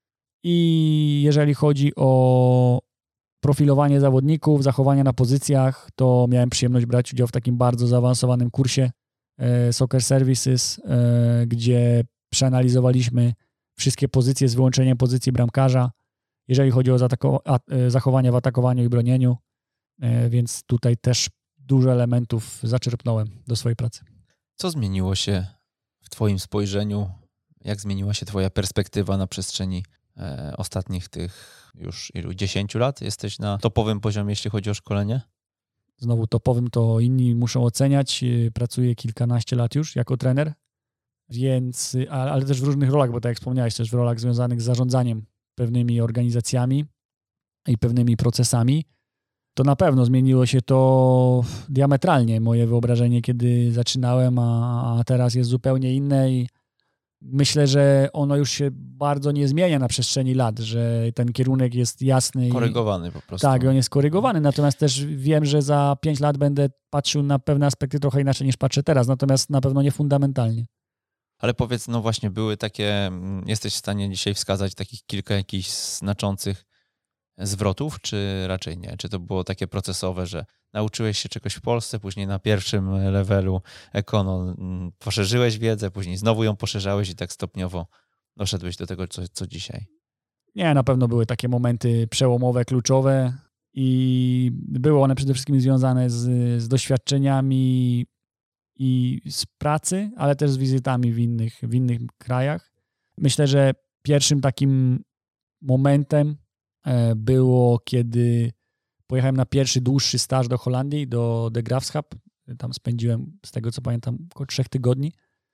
I jeżeli chodzi o profilowanie zawodników, zachowania na pozycjach, to miałem przyjemność brać udział w takim bardzo zaawansowanym kursie Soccer Services, gdzie przeanalizowaliśmy wszystkie pozycje z wyłączeniem pozycji bramkarza, jeżeli chodzi o zachowania w atakowaniu i bronieniu, więc tutaj też dużo elementów zaczerpnąłem do swojej pracy. Co zmieniło się w twoim spojrzeniu? Jak zmieniła się twoja perspektywa na przestrzeni ostatnich tych już ilu? dziesięciu lat? Jesteś na topowym poziomie, jeśli chodzi o szkolenie? Znowu topowym to inni muszą oceniać. Pracuję kilkanaście lat już jako trener, więc, ale też w różnych rolach, bo tak jak wspomniałeś, też w rolach związanych z zarządzaniem pewnymi organizacjami i pewnymi procesami. To na pewno zmieniło się to diametralnie. Moje wyobrażenie, kiedy zaczynałem, a, a teraz jest zupełnie inne i myślę, że ono już się bardzo nie zmienia na przestrzeni lat, że ten kierunek jest jasny. Korygowany po prostu. Tak, on jest korygowany, natomiast też wiem, że za pięć lat będę patrzył na pewne aspekty trochę inaczej niż patrzę teraz, natomiast na pewno nie fundamentalnie. Ale powiedz, no właśnie były takie, jesteś w stanie dzisiaj wskazać takich kilka jakichś znaczących zwrotów, czy raczej nie? Czy to było takie procesowe, że nauczyłeś się czegoś w Polsce, później na pierwszym levelu Econo poszerzyłeś wiedzę, później znowu ją poszerzałeś i tak stopniowo doszedłeś do tego, co, co dzisiaj? Nie, na pewno były takie momenty przełomowe, kluczowe i były one przede wszystkim związane z, z doświadczeniami i z pracy, ale też z wizytami w innych, w innych krajach. Myślę, że pierwszym takim momentem było, kiedy pojechałem na pierwszy dłuższy staż do Holandii, do De Graafschap. Tam spędziłem, z tego co pamiętam, około trzech tygodni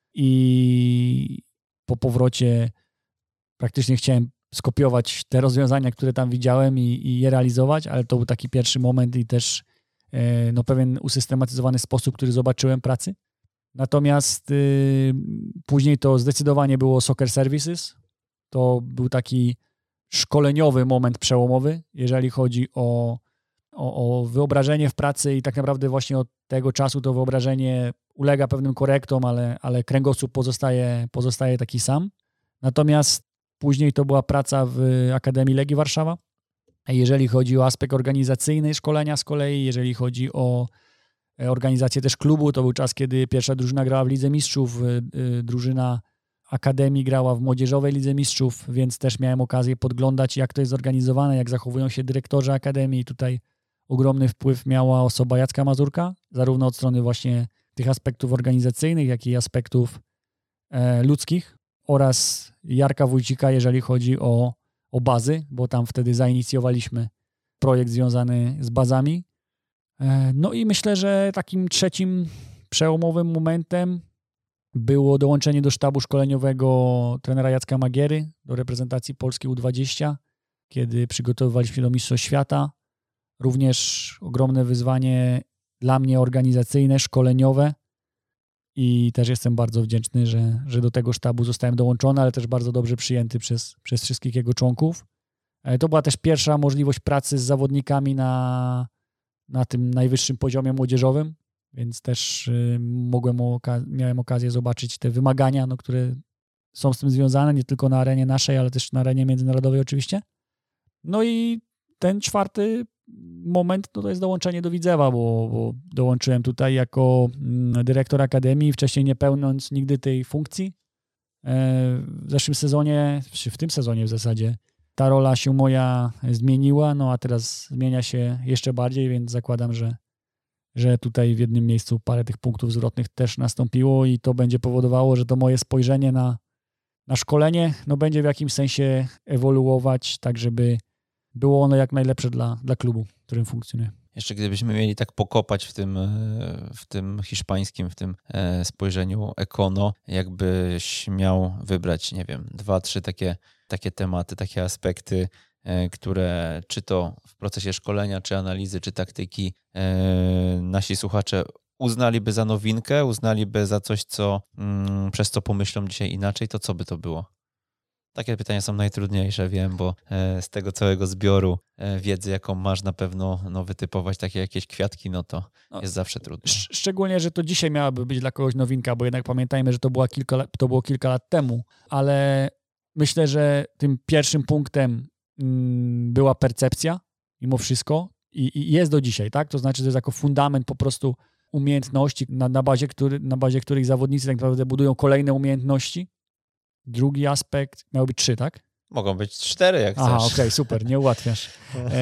i po powrocie praktycznie chciałem skopiować te rozwiązania, które tam widziałem i, i je realizować, ale to był taki pierwszy moment i też no, pewien usystematyzowany sposób, który zobaczyłem pracy. Natomiast y, później to zdecydowanie było Soccer Services. To był taki szkoleniowy moment przełomowy, jeżeli chodzi o, o, o wyobrażenie w pracy i tak naprawdę właśnie od tego czasu to wyobrażenie ulega pewnym korektom, ale, ale kręgosłup pozostaje, pozostaje taki sam. Natomiast później to była praca w Akademii Legii Warszawa. Jeżeli chodzi o aspekt organizacyjny szkolenia z kolei, jeżeli chodzi o organizację też klubu, to był czas, kiedy pierwsza drużyna grała w Lidze Mistrzów, drużyna Akademii grała w Młodzieżowej Lidze Mistrzów, więc też miałem okazję podglądać, jak to jest zorganizowane, jak zachowują się dyrektorzy Akademii. Tutaj ogromny wpływ miała osoba Jacka Mazurka, zarówno od strony właśnie tych aspektów organizacyjnych, jak i aspektów e, ludzkich oraz Jarka Wójcika, jeżeli chodzi o, o bazy, bo tam wtedy zainicjowaliśmy projekt związany z bazami. E, no i myślę, że takim trzecim przełomowym momentem było dołączenie do sztabu szkoleniowego trenera Jacka Magiery do reprezentacji Polski U dwadzieścia, kiedy przygotowywaliśmy się do Mistrzostw Świata. Również ogromne wyzwanie dla mnie organizacyjne, szkoleniowe i też jestem bardzo wdzięczny, że, że do tego sztabu zostałem dołączony, ale też bardzo dobrze przyjęty przez, przez wszystkich jego członków. To była też pierwsza możliwość pracy z zawodnikami na, na tym najwyższym poziomie młodzieżowym, więc też y, mogłem oka- miałem okazję zobaczyć te wymagania, no, które są z tym związane, nie tylko na arenie naszej, ale też na arenie międzynarodowej oczywiście. No i ten czwarty moment no to jest dołączenie do Widzewa, bo, bo dołączyłem tutaj jako mm, dyrektor akademii, wcześniej nie pełniąc nigdy tej funkcji. E, w zeszłym sezonie, czy w tym sezonie w zasadzie, ta rola się moja zmieniła, no a teraz zmienia się jeszcze bardziej, więc zakładam, że, że tutaj w jednym miejscu parę tych punktów zwrotnych też nastąpiło i to będzie powodowało, że to moje spojrzenie na, na szkolenie no będzie w jakimś sensie ewoluować, tak żeby było ono jak najlepsze dla, dla klubu, w którym funkcjonuje. Jeszcze gdybyśmy mieli tak pokopać w tym, w tym hiszpańskim, w tym spojrzeniu Ekono, jakbyś miał wybrać, nie wiem, dwa, trzy takie, takie tematy, takie aspekty, które czy to w procesie szkolenia, czy analizy, czy taktyki nasi słuchacze uznaliby za nowinkę, uznaliby za coś, co przez co pomyślą dzisiaj inaczej, to co by to było? Takie pytania są najtrudniejsze, wiem, bo z tego całego zbioru wiedzy, jaką masz, na pewno no, wytypować takie jakieś kwiatki, no to no, jest zawsze trudno. Sz- szczególnie, że to dzisiaj miałaby być dla kogoś nowinka, bo jednak pamiętajmy, że to, była kilka, to było kilka lat temu, ale myślę, że tym pierwszym punktem mm, była percepcja, mimo wszystko, i, i jest do dzisiaj, tak? To znaczy, to jest jako fundament po prostu umiejętności, na, na, bazie, który, na bazie których zawodnicy tak naprawdę budują kolejne umiejętności. Drugi aspekt, miało być trzy, tak? Mogą być cztery, jak Aha, chcesz. okej, okay, super, nie ułatwiasz.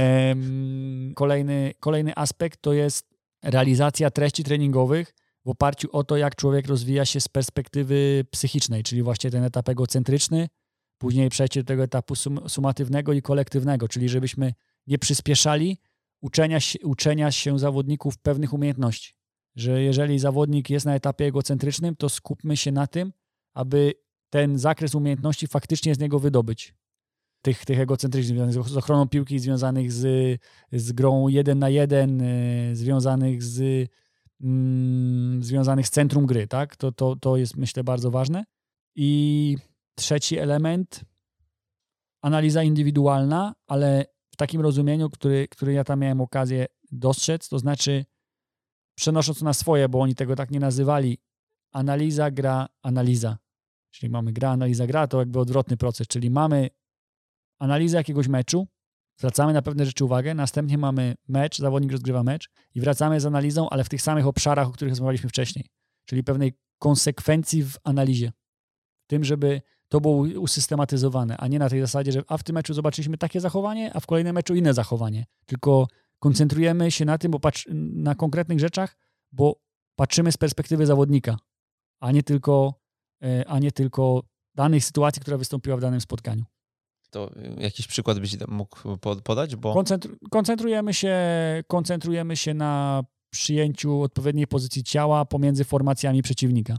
Um, kolejny, kolejny aspekt to jest realizacja treści treningowych w oparciu o to, jak człowiek rozwija się z perspektywy psychicznej, czyli właśnie ten etap egocentryczny, później przejście do tego etapu sum, sumatywnego i kolektywnego, czyli żebyśmy nie przyspieszali uczenia się, uczenia się zawodników pewnych umiejętności. Że jeżeli zawodnik jest na etapie egocentrycznym, to skupmy się na tym, aby ten zakres umiejętności faktycznie z niego wydobyć. Tych, tych egocentrycznych, związanych z ochroną piłki, związanych z, z grą jeden na jeden, yy, związanych z mm, związanych z centrum gry, tak? To, to, to jest, myślę, bardzo ważne. I trzeci element, analiza indywidualna, ale w takim rozumieniu, który, który ja tam miałem okazję dostrzec, to znaczy przenosząc na swoje, bo oni tego tak nie nazywali, analiza, gra, analiza. Czyli mamy gra, analiza, gra, to jakby odwrotny proces, czyli mamy analizę jakiegoś meczu, zwracamy na pewne rzeczy uwagę, następnie mamy mecz, zawodnik rozgrywa mecz i wracamy z analizą, ale w tych samych obszarach, o których rozmawialiśmy wcześniej, czyli pewnej konsekwencji w analizie. W tym, żeby to było usystematyzowane, a nie na tej zasadzie, że a w tym meczu zobaczyliśmy takie zachowanie, a w kolejnym meczu inne zachowanie. Tylko koncentrujemy się na tym, bo patrz, na konkretnych rzeczach, bo patrzymy z perspektywy zawodnika, a nie tylko a nie tylko danej sytuacji, która wystąpiła w danym spotkaniu. To jakiś przykład byś mógł podać? Bo... Koncentru- koncentrujemy się, koncentrujemy się na przyjęciu odpowiedniej pozycji ciała pomiędzy formacjami przeciwnika.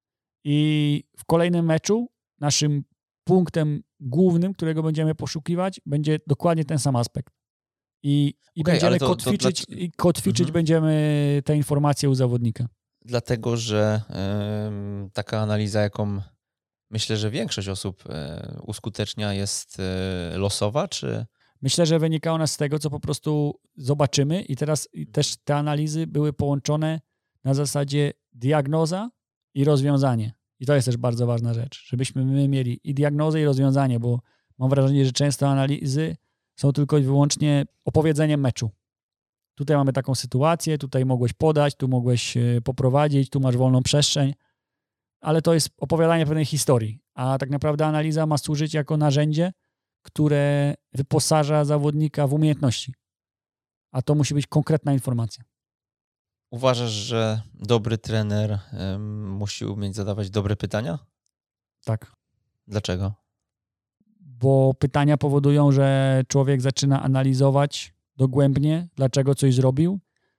I w kolejnym meczu naszym punktem głównym, którego będziemy poszukiwać, będzie dokładnie ten sam aspekt. I, i okay, będziemy to, kotwiczyć, to, i kotwiczyć mhm. będziemy te informacje u zawodnika. Dlatego, że y, taka analiza, jaką myślę, że większość osób y, uskutecznia, jest y, losowa, czy... Myślę, że wynika ona z tego, co po prostu zobaczymy i teraz też te analizy były połączone na zasadzie diagnoza i rozwiązanie. I to jest też bardzo ważna rzecz, żebyśmy my mieli i diagnozę, i rozwiązanie, bo mam wrażenie, że często analizy są tylko i wyłącznie opowiedzeniem meczu. Tutaj mamy taką sytuację, tutaj mogłeś podać, tu mogłeś poprowadzić, tu masz wolną przestrzeń, ale to jest opowiadanie pewnej historii, a tak naprawdę analiza ma służyć jako narzędzie, które wyposaża zawodnika w umiejętności, a to musi być konkretna informacja. Uważasz, że dobry trener um, musi umieć zadawać dobre pytania? Tak. Dlaczego? Bo pytania powodują, że człowiek zaczyna analizować dogłębnie, dlaczego coś zrobił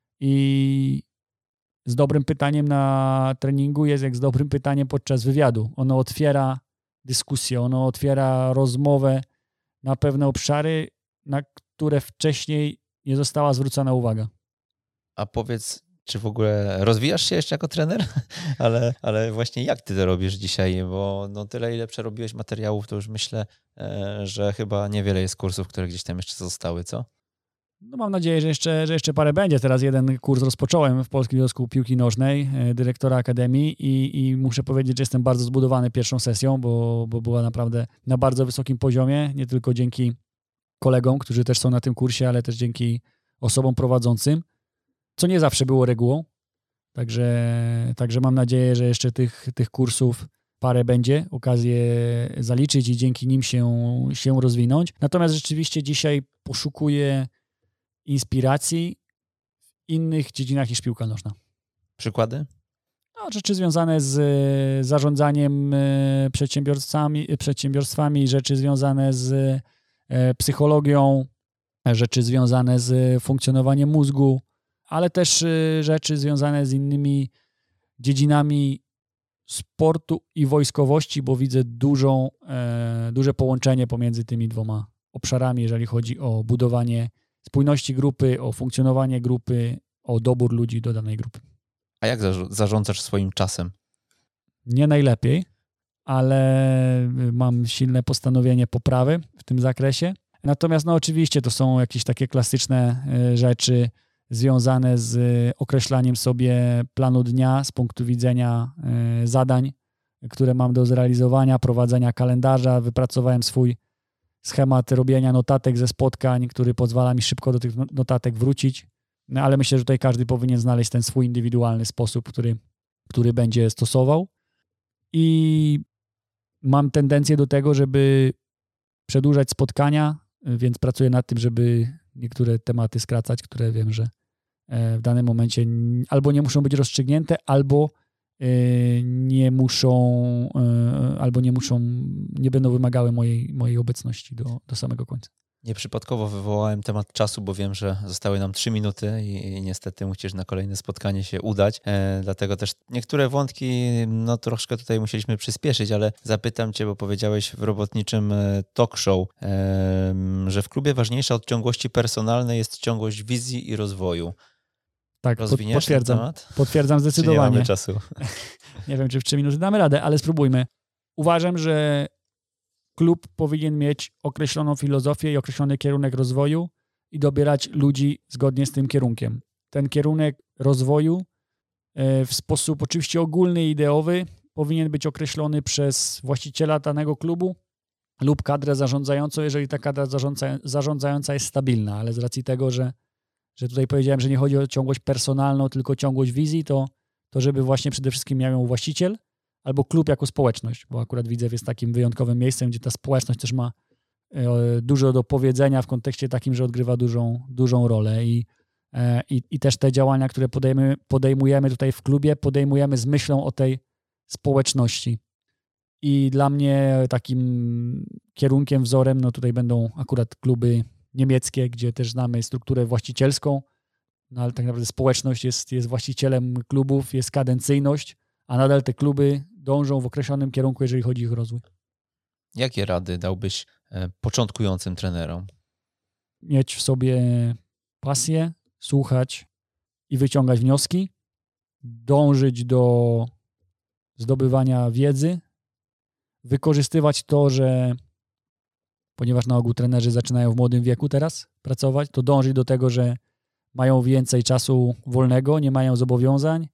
i z dobrym pytaniem na treningu jest jak z dobrym pytaniem podczas wywiadu. Ono otwiera dyskusję, ono otwiera rozmowę na pewne obszary, na które wcześniej nie została zwrócona uwaga. A powiedz, czy w ogóle rozwijasz się jeszcze jako trener? ale, ale właśnie jak ty to robisz dzisiaj? Bo no tyle, ile przerobiłeś materiałów, to już myślę, że chyba niewiele jest kursów, które gdzieś tam jeszcze zostały, co? No mam nadzieję, że jeszcze, że jeszcze parę będzie. Teraz jeden kurs rozpocząłem w Polskim Związku Piłki Nożnej, dyrektora Akademii i, i muszę powiedzieć, że jestem bardzo zbudowany pierwszą sesją, bo, bo była naprawdę na bardzo wysokim poziomie, nie tylko dzięki kolegom, którzy też są na tym kursie, ale też dzięki osobom prowadzącym, co nie zawsze było regułą. Także, także mam nadzieję, że jeszcze tych, tych kursów parę będzie, okazję zaliczyć i dzięki nim się, się rozwinąć. Natomiast rzeczywiście dzisiaj poszukuję inspiracji w innych dziedzinach niż piłka nożna. Przykłady? No, rzeczy związane z zarządzaniem przedsiębiorstwami, przedsiębiorstwami, rzeczy związane z psychologią, rzeczy związane z funkcjonowaniem mózgu, ale też rzeczy związane z innymi dziedzinami sportu i wojskowości, bo widzę dużą, duże połączenie pomiędzy tymi dwoma obszarami, jeżeli chodzi o budowanie spójności grupy, o funkcjonowanie grupy, o dobór ludzi do danej grupy. A jak zarządzasz swoim czasem? Nie najlepiej, ale mam silne postanowienie poprawy w tym zakresie. Natomiast no oczywiście to są jakieś takie klasyczne rzeczy związane z określaniem sobie planu dnia z punktu widzenia zadań, które mam do zrealizowania, prowadzenia kalendarza. Wypracowałem swój schemat robienia notatek ze spotkań, który pozwala mi szybko do tych notatek wrócić, no, ale myślę, że tutaj każdy powinien znaleźć ten swój indywidualny sposób, który, który będzie stosował. I mam tendencję do tego, żeby przedłużać spotkania, więc pracuję nad tym, żeby niektóre tematy skracać, które wiem, że w danym momencie albo nie muszą być rozstrzygnięte, albo nie muszą, albo nie muszą, nie będą wymagały mojej, mojej obecności do, do samego końca. Nieprzypadkowo wywołałem temat czasu, bo wiem, że zostały nam trzy minuty i, i niestety musisz na kolejne spotkanie się udać. E, dlatego też niektóre wątki, no troszkę tutaj musieliśmy przyspieszyć, ale zapytam cię, bo powiedziałeś w robotniczym talk show, e, że w klubie ważniejsza od ciągłości personalnej jest ciągłość wizji i rozwoju. Tak, Rozwiniesz potwierdzam. ten temat? Potwierdzam zdecydowanie. Czy nie mamy czasu? Nie wiem, czy w trzy minuty damy radę, ale spróbujmy. Uważam, że klub powinien mieć określoną filozofię i określony kierunek rozwoju i dobierać ludzi zgodnie z tym kierunkiem. Ten kierunek rozwoju w sposób oczywiście ogólny i ideowy powinien być określony przez właściciela danego klubu lub kadrę zarządzającą, jeżeli ta kadra zarządza, zarządzająca jest stabilna, ale z racji tego, że, że tutaj powiedziałem, że nie chodzi o ciągłość personalną, tylko ciągłość wizji, to, to żeby właśnie przede wszystkim miał ją właściciel albo klub jako społeczność, bo akurat Widzew jest takim wyjątkowym miejscem, gdzie ta społeczność też ma dużo do powiedzenia w kontekście takim, że odgrywa dużą, dużą rolę i, i, i też te działania, które podejmujemy, podejmujemy tutaj w klubie, podejmujemy z myślą o tej społeczności. I dla mnie takim kierunkiem, wzorem, no tutaj będą akurat kluby niemieckie, gdzie też znamy strukturę właścicielską, no ale tak naprawdę społeczność jest, jest właścicielem klubów, jest kadencyjność, a nadal te kluby dążą w określonym kierunku, jeżeli chodzi o ich rozwój. Jakie rady dałbyś początkującym trenerom? Mieć w sobie pasję, słuchać i wyciągać wnioski, dążyć do zdobywania wiedzy, wykorzystywać to, że ponieważ na ogół trenerzy zaczynają w młodym wieku teraz pracować, to dążyć do tego, że mają więcej czasu wolnego, nie mają zobowiązań,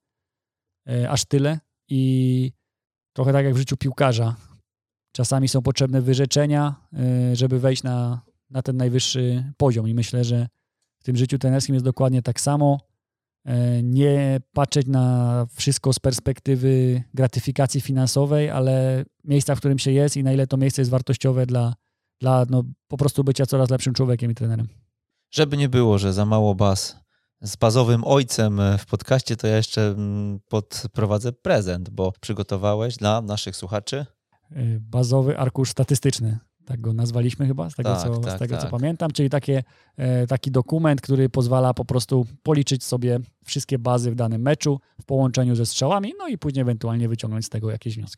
aż tyle i trochę tak jak w życiu piłkarza. Czasami są potrzebne wyrzeczenia, żeby wejść na, na ten najwyższy poziom i myślę, że w tym życiu trenerskim jest dokładnie tak samo. Nie patrzeć na wszystko z perspektywy gratyfikacji finansowej, ale miejsca, w którym się jest i na ile to miejsce jest wartościowe dla, dla no, po prostu bycia coraz lepszym człowiekiem i trenerem. Żeby nie było, że za mało baz z bazowym ojcem w podcaście, to ja jeszcze podprowadzę prezent, bo przygotowałeś dla naszych słuchaczy bazowy arkusz statystyczny. Tak go nazwaliśmy chyba, z tego, tak, co, tak, z tego tak. co pamiętam, czyli takie, taki dokument, który pozwala po prostu policzyć sobie wszystkie bazy w danym meczu w połączeniu ze strzałami, no i później ewentualnie wyciągnąć z tego jakieś wnioski.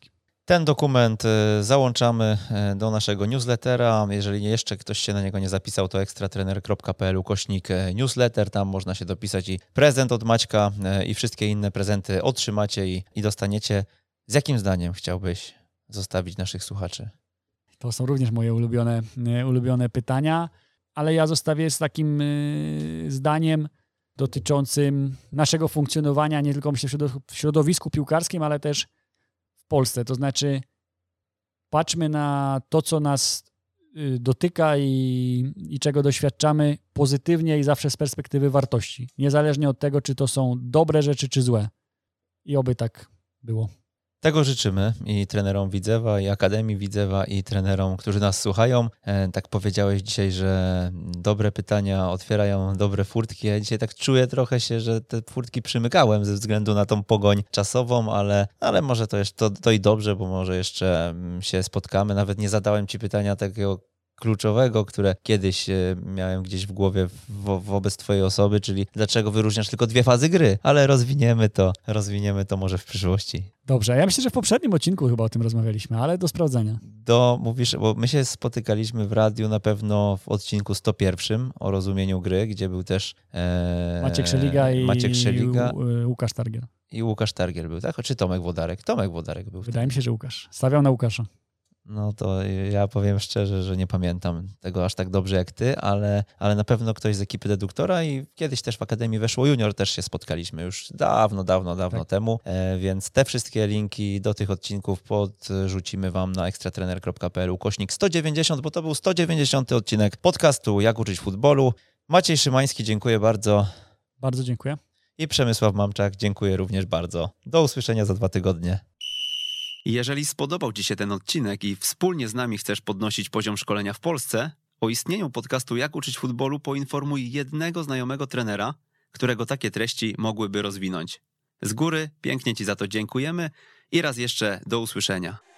Ten dokument y, załączamy y, do naszego newslettera. Jeżeli jeszcze ktoś się na niego nie zapisał, to ekstratrener kropka p l ukośnik y, newsletter. Tam można się dopisać i prezent od Maćka y, i wszystkie inne prezenty otrzymacie i, i dostaniecie. Z jakim zdaniem chciałbyś zostawić naszych słuchaczy? To są również moje ulubione, y, ulubione pytania, ale ja zostawię z takim y, zdaniem dotyczącym naszego funkcjonowania nie tylko myślę w środowisku piłkarskim, ale też w Polsce. To znaczy patrzmy na to, co nas y, dotyka i, i czego doświadczamy pozytywnie i zawsze z perspektywy wartości. Niezależnie od tego, czy to są dobre rzeczy, czy złe. I oby tak było. Tego życzymy i trenerom Widzewa, i Akademii Widzewa, i trenerom, którzy nas słuchają. E, tak powiedziałeś dzisiaj, że dobre pytania otwierają dobre furtki. Ja dzisiaj tak czuję trochę się, że te furtki przymykałem ze względu na tą pogoń czasową, ale, ale może to, jeszcze, to, to i dobrze, bo może jeszcze się spotkamy. Nawet nie zadałem ci pytania takiego kluczowego, które kiedyś miałem gdzieś w głowie wo- wobec twojej osoby, czyli dlaczego wyróżniasz tylko dwie fazy gry, ale rozwiniemy to, rozwiniemy to może w przyszłości. Dobrze, ja myślę, że w poprzednim odcinku chyba o tym rozmawialiśmy, ale do sprawdzenia. Do, mówisz, bo my się spotykaliśmy w radiu na pewno w odcinku sto jeden o rozumieniu gry, gdzie był też e, Maciek Szeliga i Maciek Szeliga Ł- Łukasz Targiel. i Łukasz Targiel był, tak? Czy Tomek Włodarek? Tomek Włodarek był. Wydaje mi się, że Łukasz. Stawiał na Łukasza. No to ja powiem szczerze, że nie pamiętam tego aż tak dobrze jak ty, ale, ale na pewno ktoś z ekipy deduktora i kiedyś też w Akademii Weszło Junior też się spotkaliśmy już dawno, dawno, dawno tak. temu, e, więc te wszystkie linki do tych odcinków podrzucimy wam na ekstratrener kropka p l ukośnik sto dziewięćdziesiąt, bo to był sto dziewięćdziesiąty odcinek podcastu Jak uczyć futbolu. Maciej Szymański, dziękuję bardzo. Bardzo dziękuję. I Przemysław Mamczak, dziękuję również bardzo. Do usłyszenia za dwa tygodnie. Jeżeli spodobał Ci się ten odcinek i wspólnie z nami chcesz podnosić poziom szkolenia w Polsce, o istnieniu podcastu Jak uczyć futbolu poinformuj jednego znajomego trenera, którego takie treści mogłyby rozwinąć. Z góry pięknie Ci za to dziękujemy i raz jeszcze do usłyszenia.